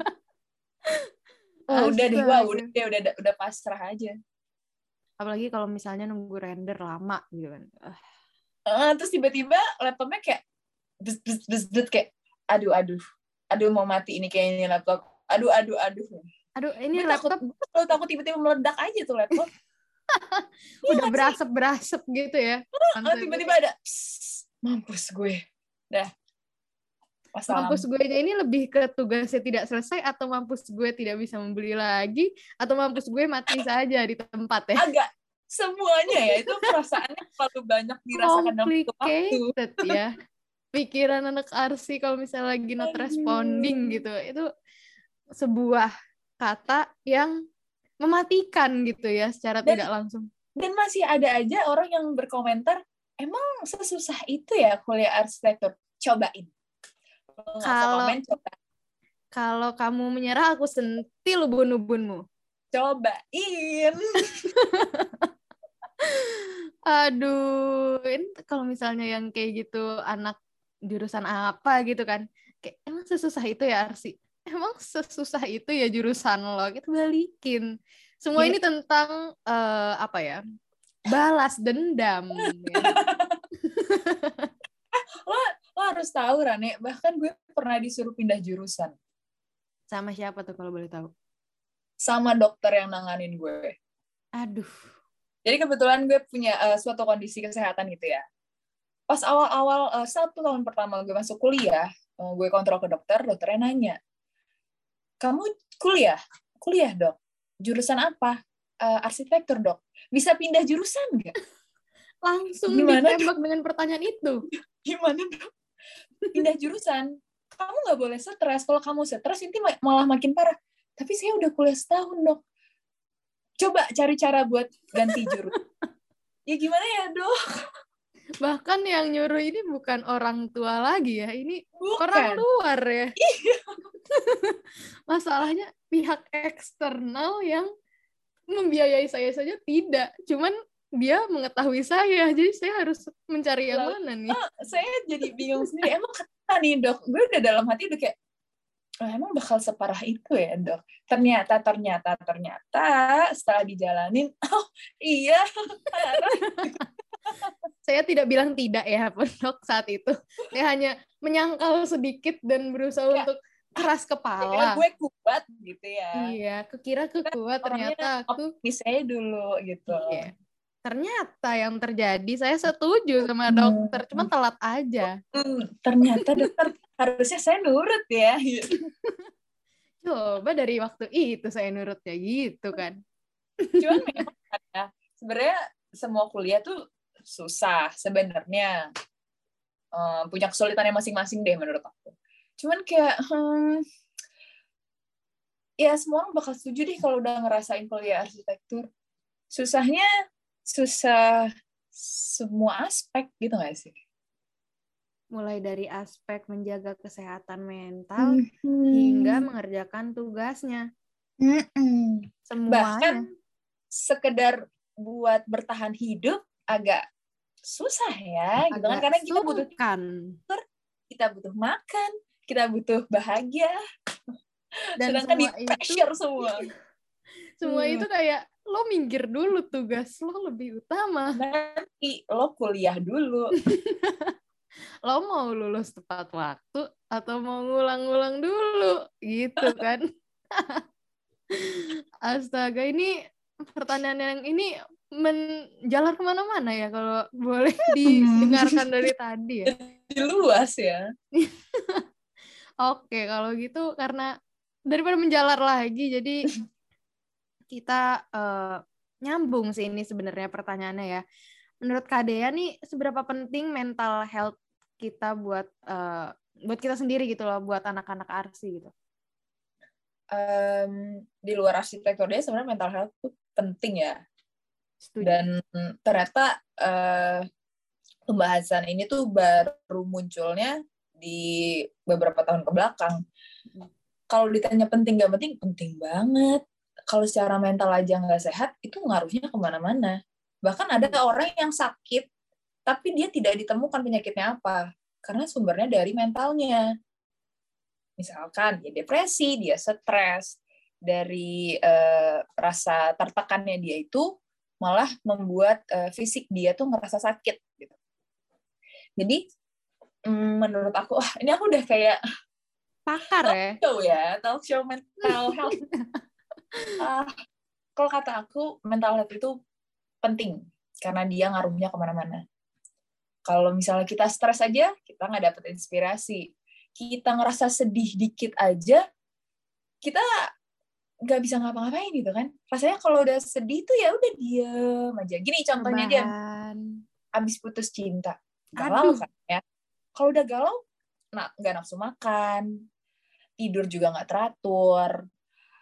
Oh, udah deh, wah, udah deh, udah udah pasrah aja. Apalagi kalau misalnya nunggu render lama gitu kan. Uh. Uh, terus tiba-tiba laptopnya kayak bes bes bes bes kayak aduh aduh aduh mau mati ini kayak ini laptop. Aduh aduh aduh. Aduh ini gue laptop kalau takut tiba-tiba meledak aja tuh laptop. Udah ya, berasap-berasap gitu ya. Uh, tiba-tiba ada pss, mampus gue. Dah. Wassalam. Mampus gue ini lebih ke tugasnya tidak selesai atau mampus gue tidak bisa membeli lagi atau mampus gue mati saja di tempat ya. Agak semuanya ya, itu perasaannya terlalu banyak dirasakan dalam complicated ya. Pikiran anak arsi kalau misalnya lagi not responding gitu, itu sebuah kata yang mematikan gitu ya secara dan, tidak langsung. Dan masih ada aja orang yang berkomentar, emang sesusah itu ya kuliah arsitektur? Cobain. Kalau kalau kamu menyerah, aku sentil ubun-ubunmu. Cobain. Aduh, ini kalau misalnya yang kayak gitu anak jurusan apa gitu kan, kayak emang sesusah itu ya Arsi? Emang sesusah itu ya jurusan lo? Kita balikin. Semua yeah. Ini tentang uh, apa ya? Balas dendam. Ya. lo, lo harus tahu Rane, bahkan gue pernah disuruh pindah jurusan. Sama siapa tuh kalau boleh tahu? Sama dokter yang nanganin gue. Aduh. Jadi kebetulan gue punya uh, suatu kondisi kesehatan gitu ya. Pas awal-awal uh, satu tahun pertama gue masuk kuliah, uh, gue kontrol ke dokter, dokternya nanya, kamu kuliah? Kuliah dok. Jurusan apa? Uh, arsitektur dok. Bisa pindah jurusan nggak? Langsung Gimana, ditembak dok? Dengan pertanyaan itu. Gimana dok? Pindah jurusan. Kamu nggak boleh stres. Kalau kamu stres, nanti malah makin parah. Tapi saya udah kuliah setahun dok. Coba cari cara buat ganti jurusan. Ya gimana ya dok? Bahkan yang nyuruh ini bukan orang tua lagi ya. Ini bukan. Orang luar ya. Iya. Masalahnya pihak eksternal yang membiayai saya saja tidak. Cuman dia mengetahui saya. Jadi saya harus mencari yang Lalu, mana nih? Oh, saya jadi bingung sendiri. Emang kata nih dok, gue udah dalam hati udah kayak, oh, emang bakal separah itu ya dok? Ternyata, ternyata, ternyata setelah dijalanin, oh iya. Saya tidak bilang tidak ya dok saat itu. Saya hanya menyangkal sedikit dan berusaha ya, untuk keras kepala. Ya, gue kuat gitu ya. Iya, kekira kekuat ternyata aku. Saya dulu gitu. Iya. Ternyata yang terjadi saya setuju sama dokter, cuma telat aja. Hmm, ternyata dokter harusnya saya nurut ya. Coba dari waktu itu saya nurut ya gitu kan. Cuman memang ya, sebenarnya semua kuliah tuh susah sebenarnya. Um, punya kesulitannya masing-masing deh menurut aku. Cuman kayak hmm, ya semua orang bakal setuju deh kalau udah ngerasain kuliah arsitektur. Susahnya susah semua aspek gitu nggak sih? Mulai dari aspek menjaga kesehatan mental mm-hmm. hingga mengerjakan tugasnya. Mm-hmm. Semuanya. Bahkan sekedar buat bertahan hidup agak susah ya, agak gitu kan? Karena kita butuh tidur, kita butuh makan, kita butuh bahagia. Dan sedangkan di itu, pressure semua. Semua hmm. itu kayak lo minggir dulu, tugas lo lebih utama. Nanti lo kuliah dulu. Lo mau lulus tepat waktu atau mau ngulang-ngulang dulu gitu kan. Astaga, ini pertanyaan yang ini menjalar kemana-mana ya kalau boleh didengarkan dari tadi ya. Di luas ya. Oke, kalau gitu karena daripada menjalar lagi, jadi kita uh, nyambung sih ini sebenarnya pertanyaannya ya. Menurut Kak Dea nih, seberapa penting mental health kita buat uh, buat kita sendiri gitu loh, buat anak-anak arsi gitu? um, di luar arsitektur dia sebenarnya mental health itu penting ya. Setuju. Dan ternyata uh, pembahasan ini tuh baru munculnya di beberapa tahun ke belakang. Kalau ditanya penting nggak penting, penting banget. Kalau secara mental aja nggak sehat, itu ngaruhnya kemana-mana. Bahkan ada orang yang sakit, tapi dia tidak ditemukan penyakitnya apa. Karena sumbernya dari mentalnya. Misalkan dia depresi, dia stres, dari uh, rasa tertekannya dia itu malah membuat uh, fisik dia tuh ngerasa sakit. Gitu. Jadi, menurut aku, wah ini aku udah kayak pakar talk ya? show ya, talk show mental health. uh, kalau kata aku, mental health itu penting, karena dia ngaruhnya kemana-mana. Kalau misalnya kita stres aja, kita nggak dapet inspirasi. Kita ngerasa sedih dikit aja, kita nggak bisa ngapa-ngapain gitu kan. Rasanya kalau udah sedih tuh ya udah diem aja. Gini contohnya aja, abis putus cinta. Galau kan ya. Kalau udah galau, nah, nggak nafsu makan, tidur juga nggak teratur,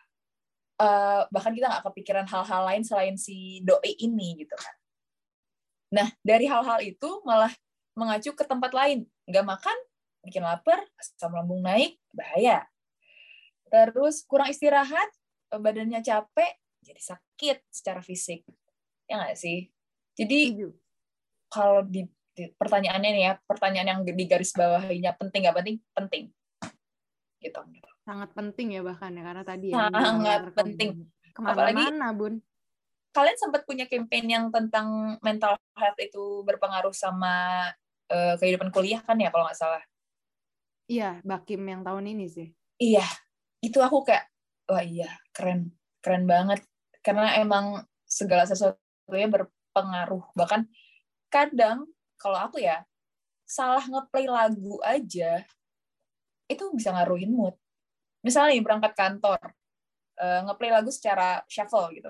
uh, bahkan kita nggak kepikiran hal-hal lain selain si doi ini gitu kan. Nah, dari hal-hal itu malah mengacu ke tempat lain. Nggak makan, bikin lapar, asam lambung naik, bahaya. Terus kurang istirahat, badannya capek, jadi sakit secara fisik. Ya nggak sih? Jadi, kalau di pertanyaannya nih ya, pertanyaan yang di garis bawahinya penting nggak penting? Penting. Gitu. Sangat penting ya bahkan ya, karena tadi ya. Sangat penting. Kemana-mana, Bun. Kalian sempat punya campaign yang tentang mental health itu berpengaruh sama uh, kehidupan kuliah kan ya, kalau nggak salah? Iya, Bakim yang tahun ini sih. Iya, itu aku kayak, wah iya, keren. Keren banget. Karena emang segala sesuatunya berpengaruh. Bahkan kadang, kalau aku ya, salah ngeplay lagu aja, itu bisa ngaruhin mood. Misalnya nih, berangkat kantor, uh, ngeplay lagu secara shuffle gitu.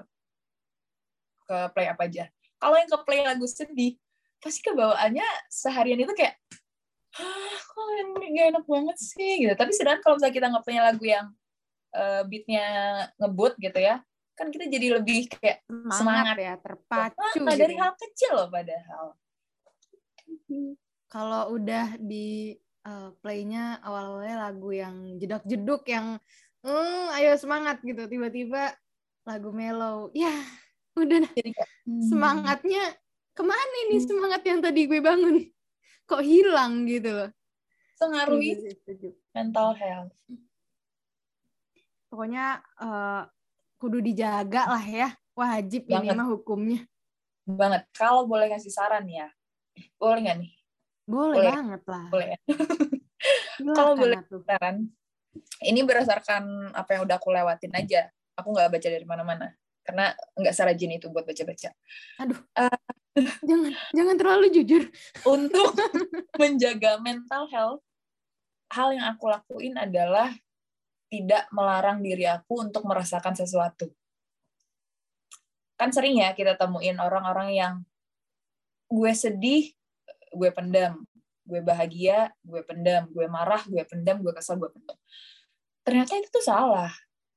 Ke play apa aja. Kalau yang ke play lagu sedih, pasti kebawaannya seharian itu kayak, ah, kok nggak enak banget sih, gitu. Tapi sedangkan kalau misalnya kita ngeplay lagu yang uh, beatnya ngebut gitu ya, kan kita jadi lebih kayak semangat, semangat ya, terpacu. Nah, gitu. dari hal kecil loh padahal. Kalau udah di uh, play-nya awal-awalnya lagu yang jedak-jeduk yang mm, ayo semangat gitu, tiba-tiba lagu mellow, ya udah jadi, hmm. semangatnya kemana nih semangat yang tadi gue bangun, kok hilang gitu loh. Sengaruhi mental health. Pokoknya uh, kudu dijaga lah ya, wajib banget. Ini mah hukumnya. Banget. Kalau boleh ngasih saran ya, boleh nggak nih? Boleh, boleh banget lah. Boleh. Kalau boleh saran, ini berdasarkan apa yang udah aku lewatin aja. Aku nggak baca dari mana-mana. Karena nggak serajin itu buat baca-baca. Aduh, uh, jangan jangan terlalu jujur. Untuk menjaga mental health, hal yang aku lakuin adalah tidak melarang diri aku untuk merasakan sesuatu. Kan sering ya kita temuin orang-orang yang gue sedih, gue pendam. Gue bahagia, gue pendam. Gue marah, gue pendam. Gue kesel, gue pendam. Ternyata itu tuh salah.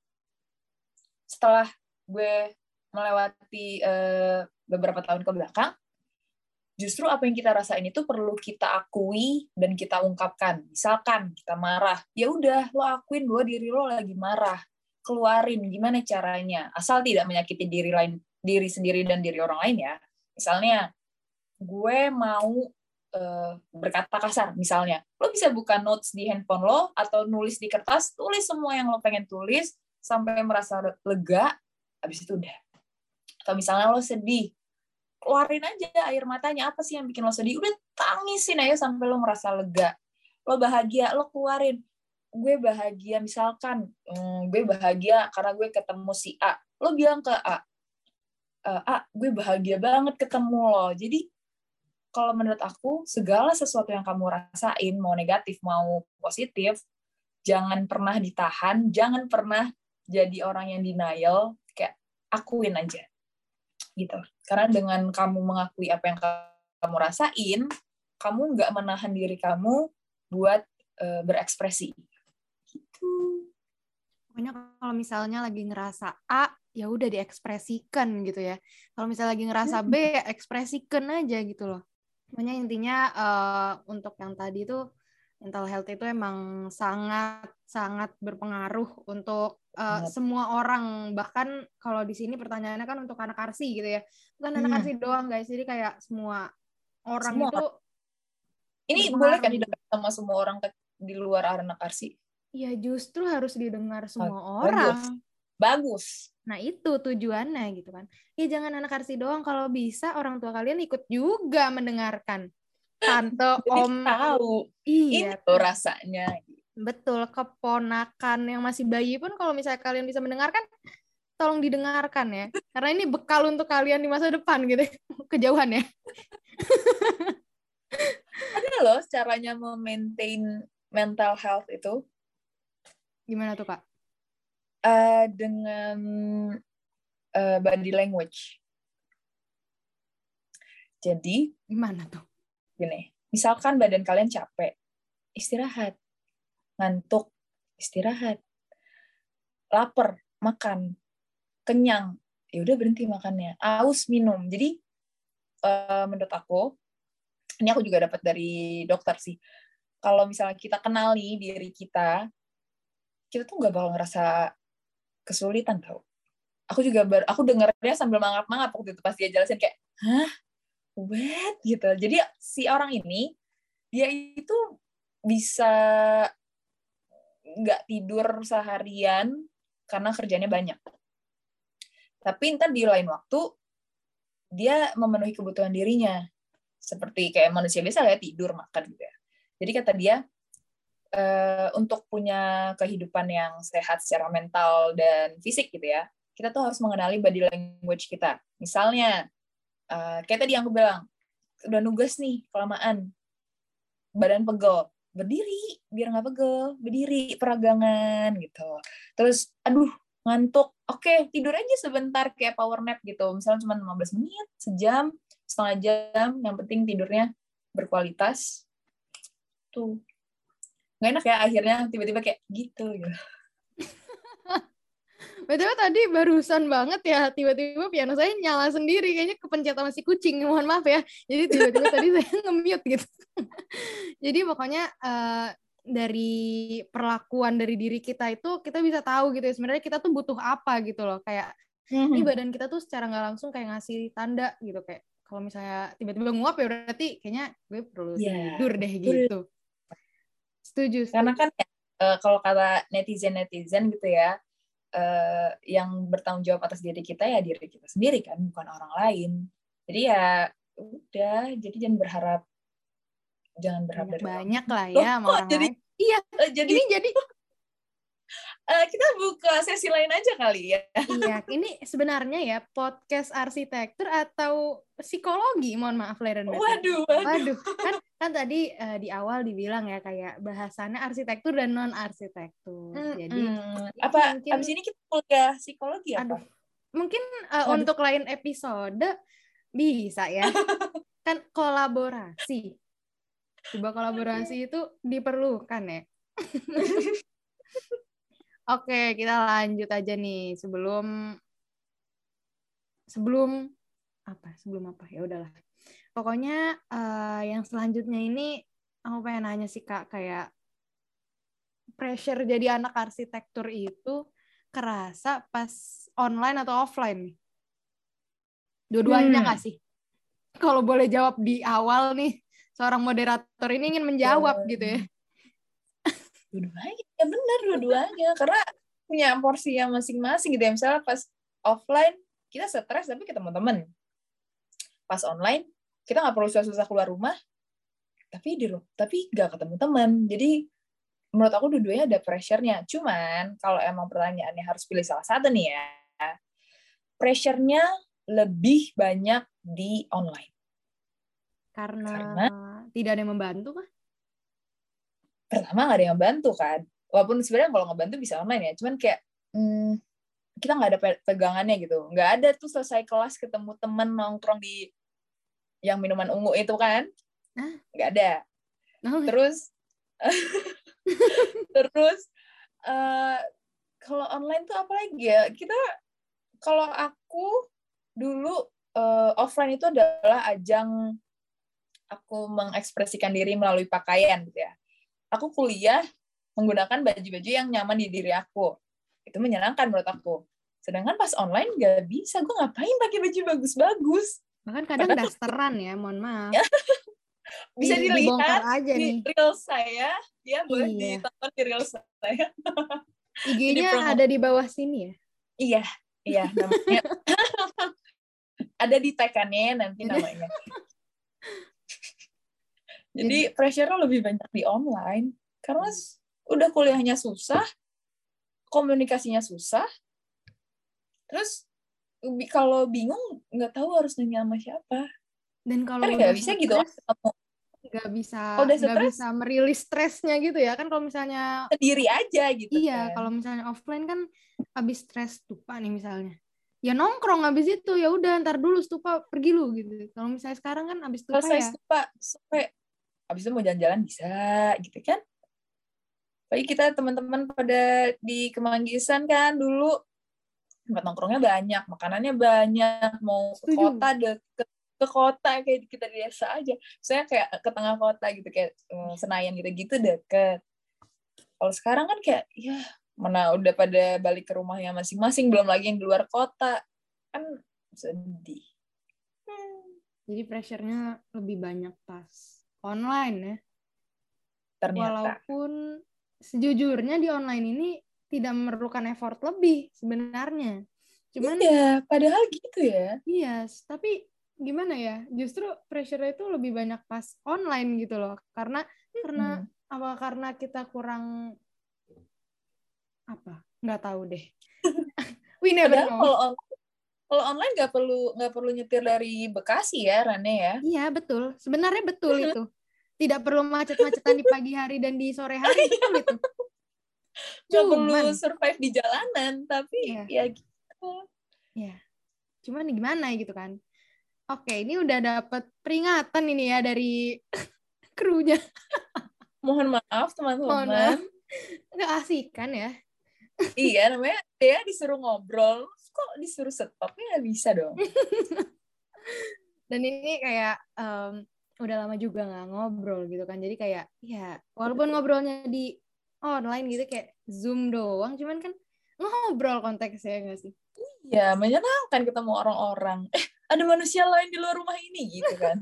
Setelah gue melewati uh, beberapa tahun ke belakang, justru apa yang kita rasain itu perlu kita akui dan kita ungkapkan. Misalkan kita marah, ya udah lo akuin bahwa diri lo lagi marah, keluarin gimana caranya, asal tidak menyakiti diri lain, diri sendiri dan diri orang lain ya. Misalnya gue mau uh, berkata kasar, misalnya lo bisa buka notes di handphone lo atau nulis di kertas, tulis semua yang lo pengen tulis sampai merasa lega. Habis itu udah. Atau misalnya lo sedih, keluarin aja air matanya, apa sih yang bikin lo sedih, udah tangisin aja sampai lo merasa lega. Lo bahagia, lo keluarin, gue bahagia misalkan, hmm, gue bahagia karena gue ketemu si A, lo bilang ke A, e, A, gue bahagia banget ketemu lo. Jadi kalau menurut aku, segala sesuatu yang kamu rasain, mau negatif, mau positif, jangan pernah ditahan, jangan pernah jadi orang yang denial, kayak akuin aja. Gitu. Karena dengan kamu mengakui apa yang kamu rasain, kamu nggak menahan diri kamu buat uh, berekspresi. Gitu. pokoknya kalau misalnya lagi ngerasa A, ya udah diekspresikan gitu ya. Kalau misalnya lagi ngerasa B, ya ekspresikan aja gitu loh. Pokoknya intinya uh, untuk yang tadi tuh mental health itu emang sangat sangat berpengaruh untuk uh, semua orang. Bahkan kalau di sini pertanyaannya kan untuk anak arsi gitu ya. Bukan hmm. anak arsi doang guys. Jadi kayak semua orang semua. Itu ini boleh kan didengar sama semua orang di luar anak arsi? Ya justru harus didengar semua Bagus. orang. Bagus. Nah itu tujuannya gitu kan. Ya jangan anak arsi doang, kalau bisa orang tua kalian ikut juga mendengarkan. Tante, om, tahu. Iya. Itu rasanya. Betul, keponakan yang masih bayi pun kalau misalnya kalian bisa mendengarkan, tolong didengarkan ya. Karena ini bekal untuk kalian di masa depan gitu. Kejauhan ya. Ada loh caranya memaintain mental health itu. Gimana tuh, Kak? Uh, dengan uh, body language. Jadi, gimana tuh? Gini, misalkan badan kalian capek, istirahat. Ngantuk, istirahat. Lapar, makan. Kenyang, ya udah berhenti makannya. Aus, minum. Jadi, uh, menurut aku, ini aku juga dapat dari dokter sih. Kalau misalnya kita kenali diri kita, kita tuh nggak bakal ngerasa kesulitan tau. Aku juga ber, aku dengarnya sambil mangap-mangap waktu itu pas dia jelasin kayak, hah, what gitu. Jadi si orang ini dia itu bisa nggak tidur seharian karena kerjanya banyak. Tapi ntar di lain waktu dia memenuhi kebutuhan dirinya seperti kayak manusia biasa kayak tidur, makan gitu ya. Jadi kata dia, Uh, untuk punya kehidupan yang sehat secara mental dan fisik gitu ya, kita tuh harus mengenali body language kita. Misalnya, uh, kayak tadi yang aku bilang, udah nugas nih, kelamaan, badan pegel, berdiri, biar nggak pegel, berdiri, peragangan gitu. Terus, aduh, ngantuk, oke, tidur aja sebentar kayak power nap gitu, misalnya cuma lima belas menit, sejam, setengah jam, yang penting tidurnya berkualitas. Tuh. Nggak enak ya akhirnya tiba-tiba kayak gitu gitu. Betul tadi barusan banget ya tiba-tiba piano saya nyala sendiri, kayaknya kepencet sama si kucing, mohon maaf ya. Jadi tiba-tiba tadi saya nge-mute gitu. Jadi pokoknya uh, dari perlakuan dari diri kita itu kita bisa tahu gitu ya sebenarnya kita tuh butuh apa gitu loh, kayak mm-hmm. ini badan kita tuh secara nggak langsung kayak ngasih tanda gitu, kayak kalau misalnya tiba-tiba nguap ya berarti kayaknya gue perlu yeah. tidur deh gitu. Setuju, setuju. Karena kan ya, uh, kalau kata netizen-netizen gitu ya, uh, yang bertanggung jawab atas diri kita ya diri kita sendiri kan, bukan orang lain. Jadi ya udah, jadi jangan berharap jangan berharap banyak, dari banyak lah ya sama orang jadi, lain. Iya, uh, jadi ini jadi uh, kita buka sesi lain aja kali ya. Iya, ini sebenarnya ya podcast arsitektur atau psikologi, mohon maaf lahir dan batin. Waduh, waduh. Waduh, kan kan tadi uh, di awal dibilang ya kayak bahasannya arsitektur dan non arsitektur. Mm, Jadi mm. apa mungkin, abis ini kita kuliah psikologi apa? Aduh, mungkin uh, untuk lain episode bisa ya. Kan kolaborasi. Coba kolaborasi itu diperlukan ya. Oke, kita lanjut aja nih sebelum sebelum apa? Sebelum apa? Ya udahlah. Pokoknya uh, yang selanjutnya ini aku pengen nanya sih Kak, kayak pressure jadi anak arsitektur itu kerasa pas online atau offline? Dua-duanya nggak hmm. sih? Kalau boleh jawab di awal nih, seorang moderator ini ingin menjawab gitu ya. Dua-duanya, ya benar dua-duanya. Karena punya porsinya masing-masing gitu ya. Misalnya pas offline, kita stres tapi ketemu temen. Pas online, kita nggak perlu susah-susah keluar rumah, tapi di tapi nggak ketemu teman. Jadi menurut aku dua-duanya ada pressure-nya. Cuman kalau emang pertanyaannya harus pilih salah satu nih ya, pressure-nya lebih banyak di online. Karena, Karena tidak ada yang membantu kah? Pertama nggak ada yang bantu kan. Walaupun sebenarnya kalau ngebantu bisa online ya. Cuman kayak hmm, kita nggak ada pegangannya gitu. Nggak ada tuh selesai kelas ketemu temen nongkrong di yang minuman ungu itu kan. Nggak ada. Oh. Terus terus uh, kalau online tuh apa lagi ya? Kita, kalau aku dulu uh, offline itu adalah ajang aku mengekspresikan diri melalui pakaian gitu ya. Aku kuliah menggunakan baju-baju yang nyaman di diri aku. Itu menyenangkan menurut aku. Sedangkan pas online nggak bisa. Gue ngapain pakai baju bagus-bagus? Bahkan kadang Padahal, dasteran ya, mohon maaf. Bisa di, dilihat aja di nih. reel saya. Ya, boleh iya. ditonton di reel saya. I G-nya ada di bawah sini ya? Iya, iya. Namanya ada di tag-annya nanti namanya. Jadi pressure-nya lebih banyak di online. Karena udah kuliahnya susah, komunikasinya susah, terus kalau bingung nggak tahu harus nanya sama siapa. Dan kalau kan udah nggak bisa stress, gitu nggak bisa udah nggak bisa merilis stresnya gitu ya kan. Kalau misalnya sendiri aja gitu. Iya, kan. Kalau misalnya offline kan abis stres stupa nih misalnya, ya nongkrong abis itu, ya udah ntar dulu stupa pergi lu gitu. Kalau misalnya sekarang kan abis stupa selesai ya stupa sampai abis itu mau jalan-jalan bisa gitu kan. Bagi kita teman-teman pada di Kemanggisan kan dulu tempat nongkrongnya banyak, makanannya banyak, mau ke kota deket ke kota kayak kita di desa aja. Saya kayak ke tengah kota gitu kayak um, Senayan gitu-gitu deket. Kalau sekarang kan kayak ya mana udah pada balik ke rumahnya masing-masing, belum lagi yang di luar kota. Kan sedih. Hmm. Jadi pressure-nya lebih banyak pas online ya. Ternyata. Walaupun sejujurnya di online ini tidak memerlukan effort lebih sebenarnya. Cuman iya, padahal gitu ya. Iya, yes, tapi gimana ya? Justru pressure itu lebih banyak pas online gitu loh. Karena hmm. karena apa? Karena kita kurang apa? Nggak tahu deh. We never padahal know. Kalau on, kalau online nggak perlu nggak perlu nyetir dari Bekasi ya, Rane ya? Iya betul. Sebenarnya betul itu. Tidak perlu macet-macetan di pagi hari dan di sore hari, betul itu. Nggak perlu survive di jalanan, tapi iya. ya gitu. Ya. Cuman gimana gitu kan? Oke, ini udah dapat peringatan ini ya dari krunya. Mohon maaf teman-teman. Mohon maaf. Nggak asik kan ya? Iya, namanya dia disuruh ngobrol, kok disuruh stop? Ya nggak bisa dong. Dan ini kayak um, udah lama juga nggak ngobrol gitu kan. Jadi kayak ya walaupun ngobrolnya di online gitu kayak Zoom doang, cuman kan ngobrol konteksnya nggak sih? Iya, menyenangkan ketemu orang-orang. Eh, ada manusia lain di luar rumah ini gitu kan.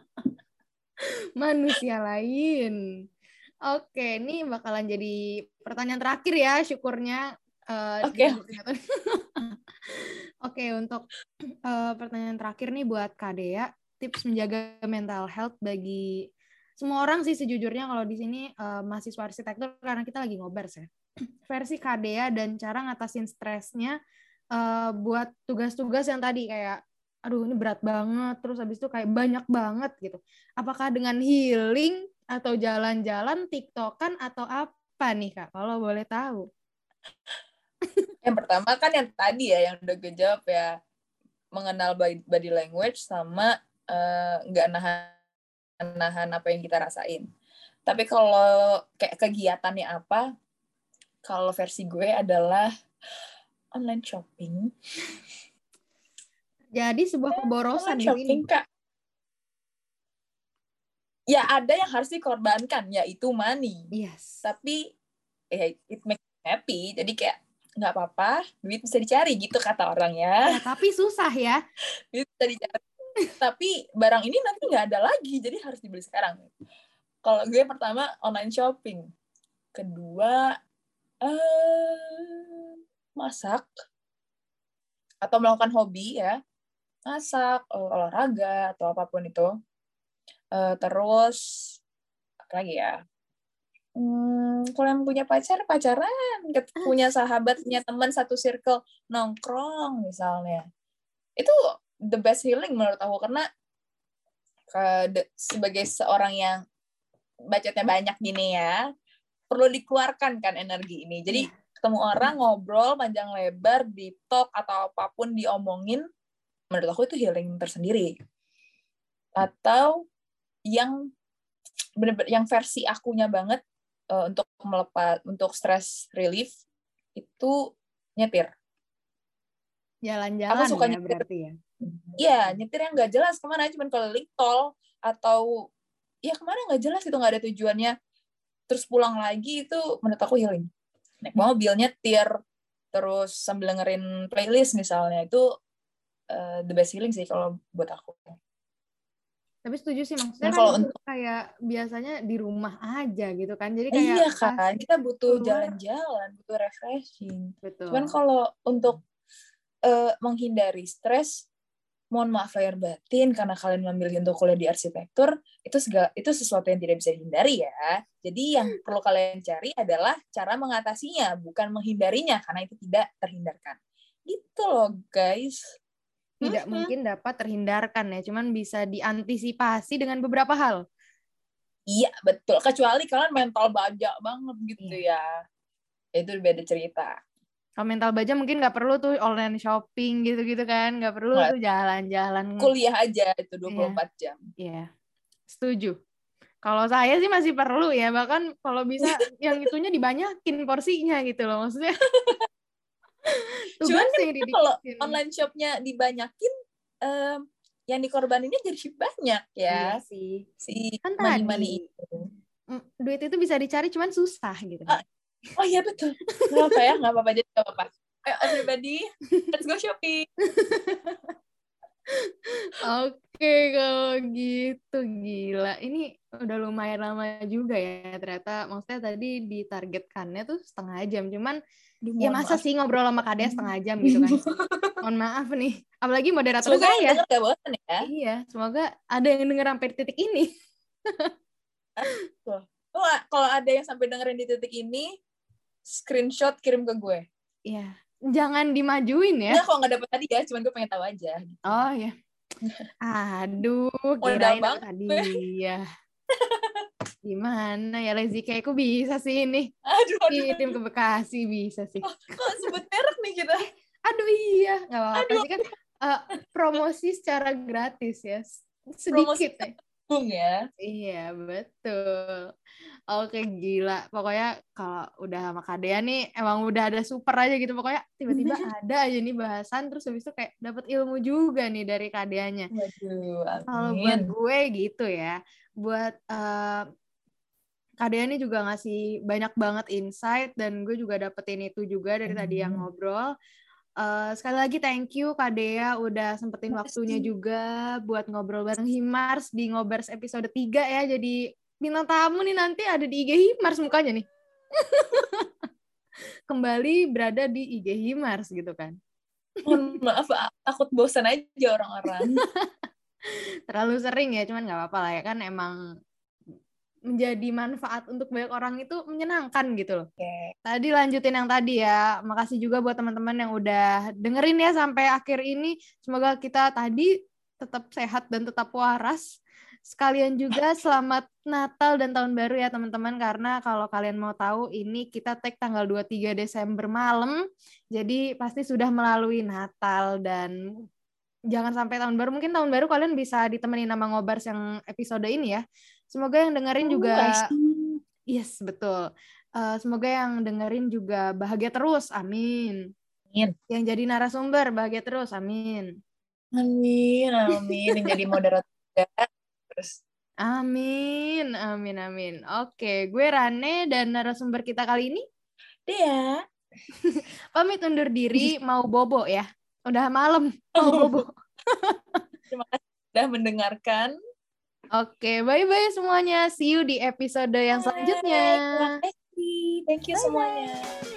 Manusia lain. Oke, ini bakalan jadi pertanyaan terakhir ya, syukurnya. Uh, Oke. Okay. Oke, untuk uh, pertanyaan terakhir nih buat Kak Dea, tips menjaga mental health bagi semua orang sih sejujurnya kalau di sini uh, mahasiswa arsitektur karena kita lagi ngobers ya. Versi Kak Dea dan cara ngatasin stresnya uh, buat tugas-tugas yang tadi kayak aduh ini berat banget, terus habis itu kayak banyak banget gitu. Apakah dengan healing atau jalan-jalan, tiktokan atau apa nih Kak? Kalau boleh tahu. Yang pertama kan yang tadi ya, yang udah gue jawab ya, mengenal body language sama nggak uh, nahan, nahan apa yang kita rasain. Tapi kalau kayak kegiatannya apa, kalau versi gue adalah online shopping. Jadi sebuah keborosan online di shopping, sini. Kak. Ya ada yang harus dikorbankan, yaitu money. Yes. Tapi ya, it makes me happy. Jadi kayak nggak apa-apa, duit bisa dicari gitu kata orang ya. Ya tapi susah ya. Duit bisa dicari. Tapi barang ini nanti nggak ada lagi, jadi harus dibeli sekarang. Kalau gue pertama online shopping, kedua uh, masak atau melakukan hobi ya, masak, olahraga atau apapun itu. Uh, terus apa lagi ya? Hmm, kalau yang punya pacar, pacaran, punya sahabat, punya teman satu circle, nongkrong misalnya. Itu the best healing menurut aku, karena uh, de, sebagai seorang yang bacotnya banyak gini ya, perlu dikeluarkan kan energi ini. Jadi yeah. ketemu orang, ngobrol panjang lebar, di talk atau apapun diomongin, menurut aku itu healing tersendiri. Atau yang bener-bener yang versi akunya banget uh, untuk melepas, untuk stress relief, itu nyetir. Jalan-jalan Aku suka ya nyetir. berarti ya. Iya, nyetir yang nggak jelas kemana, cuma keliling tol atau ya kemana nggak jelas itu, nggak ada tujuannya. Terus pulang lagi itu menurut aku healing. Naik mobil nyetir, terus sambil dengerin playlist misalnya, itu uh, the best healing sih kalau buat aku. Tapi setuju sih, maksudnya Nah, kan kalau untuk kayak biasanya di rumah aja gitu kan. Jadi eh, kayak iya kan, kita butuh keluar, jalan-jalan, butuh refreshing. betul. Cuman kalau untuk uh, menghindari stres, mohon maaf lahir batin karena kalian memilih untuk kuliah di arsitektur, itu segala, itu sesuatu yang tidak bisa dihindari ya. Jadi yang perlu kalian cari adalah cara mengatasinya, bukan menghindarinya, karena itu tidak terhindarkan. Gitu loh guys. Tidak hmm. mungkin dapat terhindarkan ya, cuman bisa diantisipasi dengan beberapa hal. Iya betul, kecuali kalian mental baja banget gitu iya. ya. Itu beda cerita. Kalau mental baja mungkin nggak perlu tuh online shopping gitu-gitu kan, nggak perlu nggak. tuh jalan-jalan. Kuliah aja itu dua puluh empat iya. jam. Iya, setuju. Kalau saya sih masih perlu ya, bahkan kalau bisa yang itunya dibanyakin porsinya gitu loh, maksudnya. Cuman kan kalau online shopnya dibanyakin, um, yang dikorbaninnya jadi banyak ya. Iya sih. Si kan money-money itu. Duit itu bisa dicari, cuman susah gitu. Uh, Oh iya betul. Nggak apa ya, nggak apa-apa jadi nggak apa-apa. Ayo everybody, let's go shopping. Oke kalau gitu, gila. Ini udah lumayan lama juga ya ternyata. Maksudnya tadi ditargetkannya tuh setengah jam. Cuman Duh, ya masa maaf. sih ngobrol sama Kadea setengah jam gitu kan. Mohon maaf nih. Apalagi moderator semoga saya. Semoga denger gak bosan ya. Iya, semoga ada yang denger sampai titik ini. Kalau ada yang sampai dengerin di titik ini, screenshot kirim ke gue. Iya. Jangan dimajuin ya. Enggak, kalau nggak dapet tadi ya, cuman gue pengen tahu aja. Gitu. Oh ya. Aduh, kirain tadi ya. Gimana ya, lazy kayak aku bisa sih ini. Aduh, aduh. Kirim ke Bekasi bisa sih. Oh, kok sebut merek nih kita? Aduh iya, nggak apa-apa sih kan. Uh, promosi secara gratis ya. Sedikit ya. ya. Iya, betul. Oke, gila. Pokoknya kalau udah sama Kadea nih, emang udah ada super aja gitu. Pokoknya tiba-tiba ada aja nih bahasan, terus habis itu kayak dapat ilmu juga nih dari Kadeanya. Waduh, kalau buat gue gitu ya. Buat uh, Kadea nih juga ngasih banyak banget insight, dan gue juga dapetin itu juga dari hmm. tadi yang ngobrol. Uh, sekali lagi thank you Kadea udah sempetin waktunya juga buat ngobrol bareng Himars di Ngobers episode tiga ya. Jadi bintang tamu nih nanti ada di I G Himars mukanya nih. Kembali berada di I G Himars gitu kan. Mohon maaf, takut bosan aja orang-orang. Terlalu sering ya, cuman gak apa-apa lah ya kan, emang menjadi manfaat untuk banyak orang itu menyenangkan gitu loh. Okay. Tadi lanjutin yang tadi ya. Makasih juga buat teman-teman yang udah dengerin ya sampai akhir ini. Semoga kita tadi tetap sehat dan tetap waras. Sekalian juga selamat Natal dan Tahun Baru ya teman-teman, karena kalau kalian mau tahu ini kita tag tanggal dua puluh tiga Desember malam. Jadi pasti sudah melalui Natal, dan jangan sampai Tahun Baru. Mungkin Tahun Baru kalian bisa ditemenin sama Ngobars yang episode ini ya. Semoga yang dengerin juga, oh, yes betul. Uh, semoga yang dengerin juga bahagia terus, amin. Amin. Yang jadi narasumber bahagia terus, amin. Amin, amin. Yang jadi moderator terus. Amin, amin, amin. Oke, gue Rane dan narasumber kita kali ini, Dea. Pamit undur diri, mau bobo ya. Udah malam, mau bobo. Terima kasih sudah mendengarkan. Oke, bye-bye semuanya. See you di episode yang selanjutnya. Terima kasih. Thank you bye-bye. semuanya.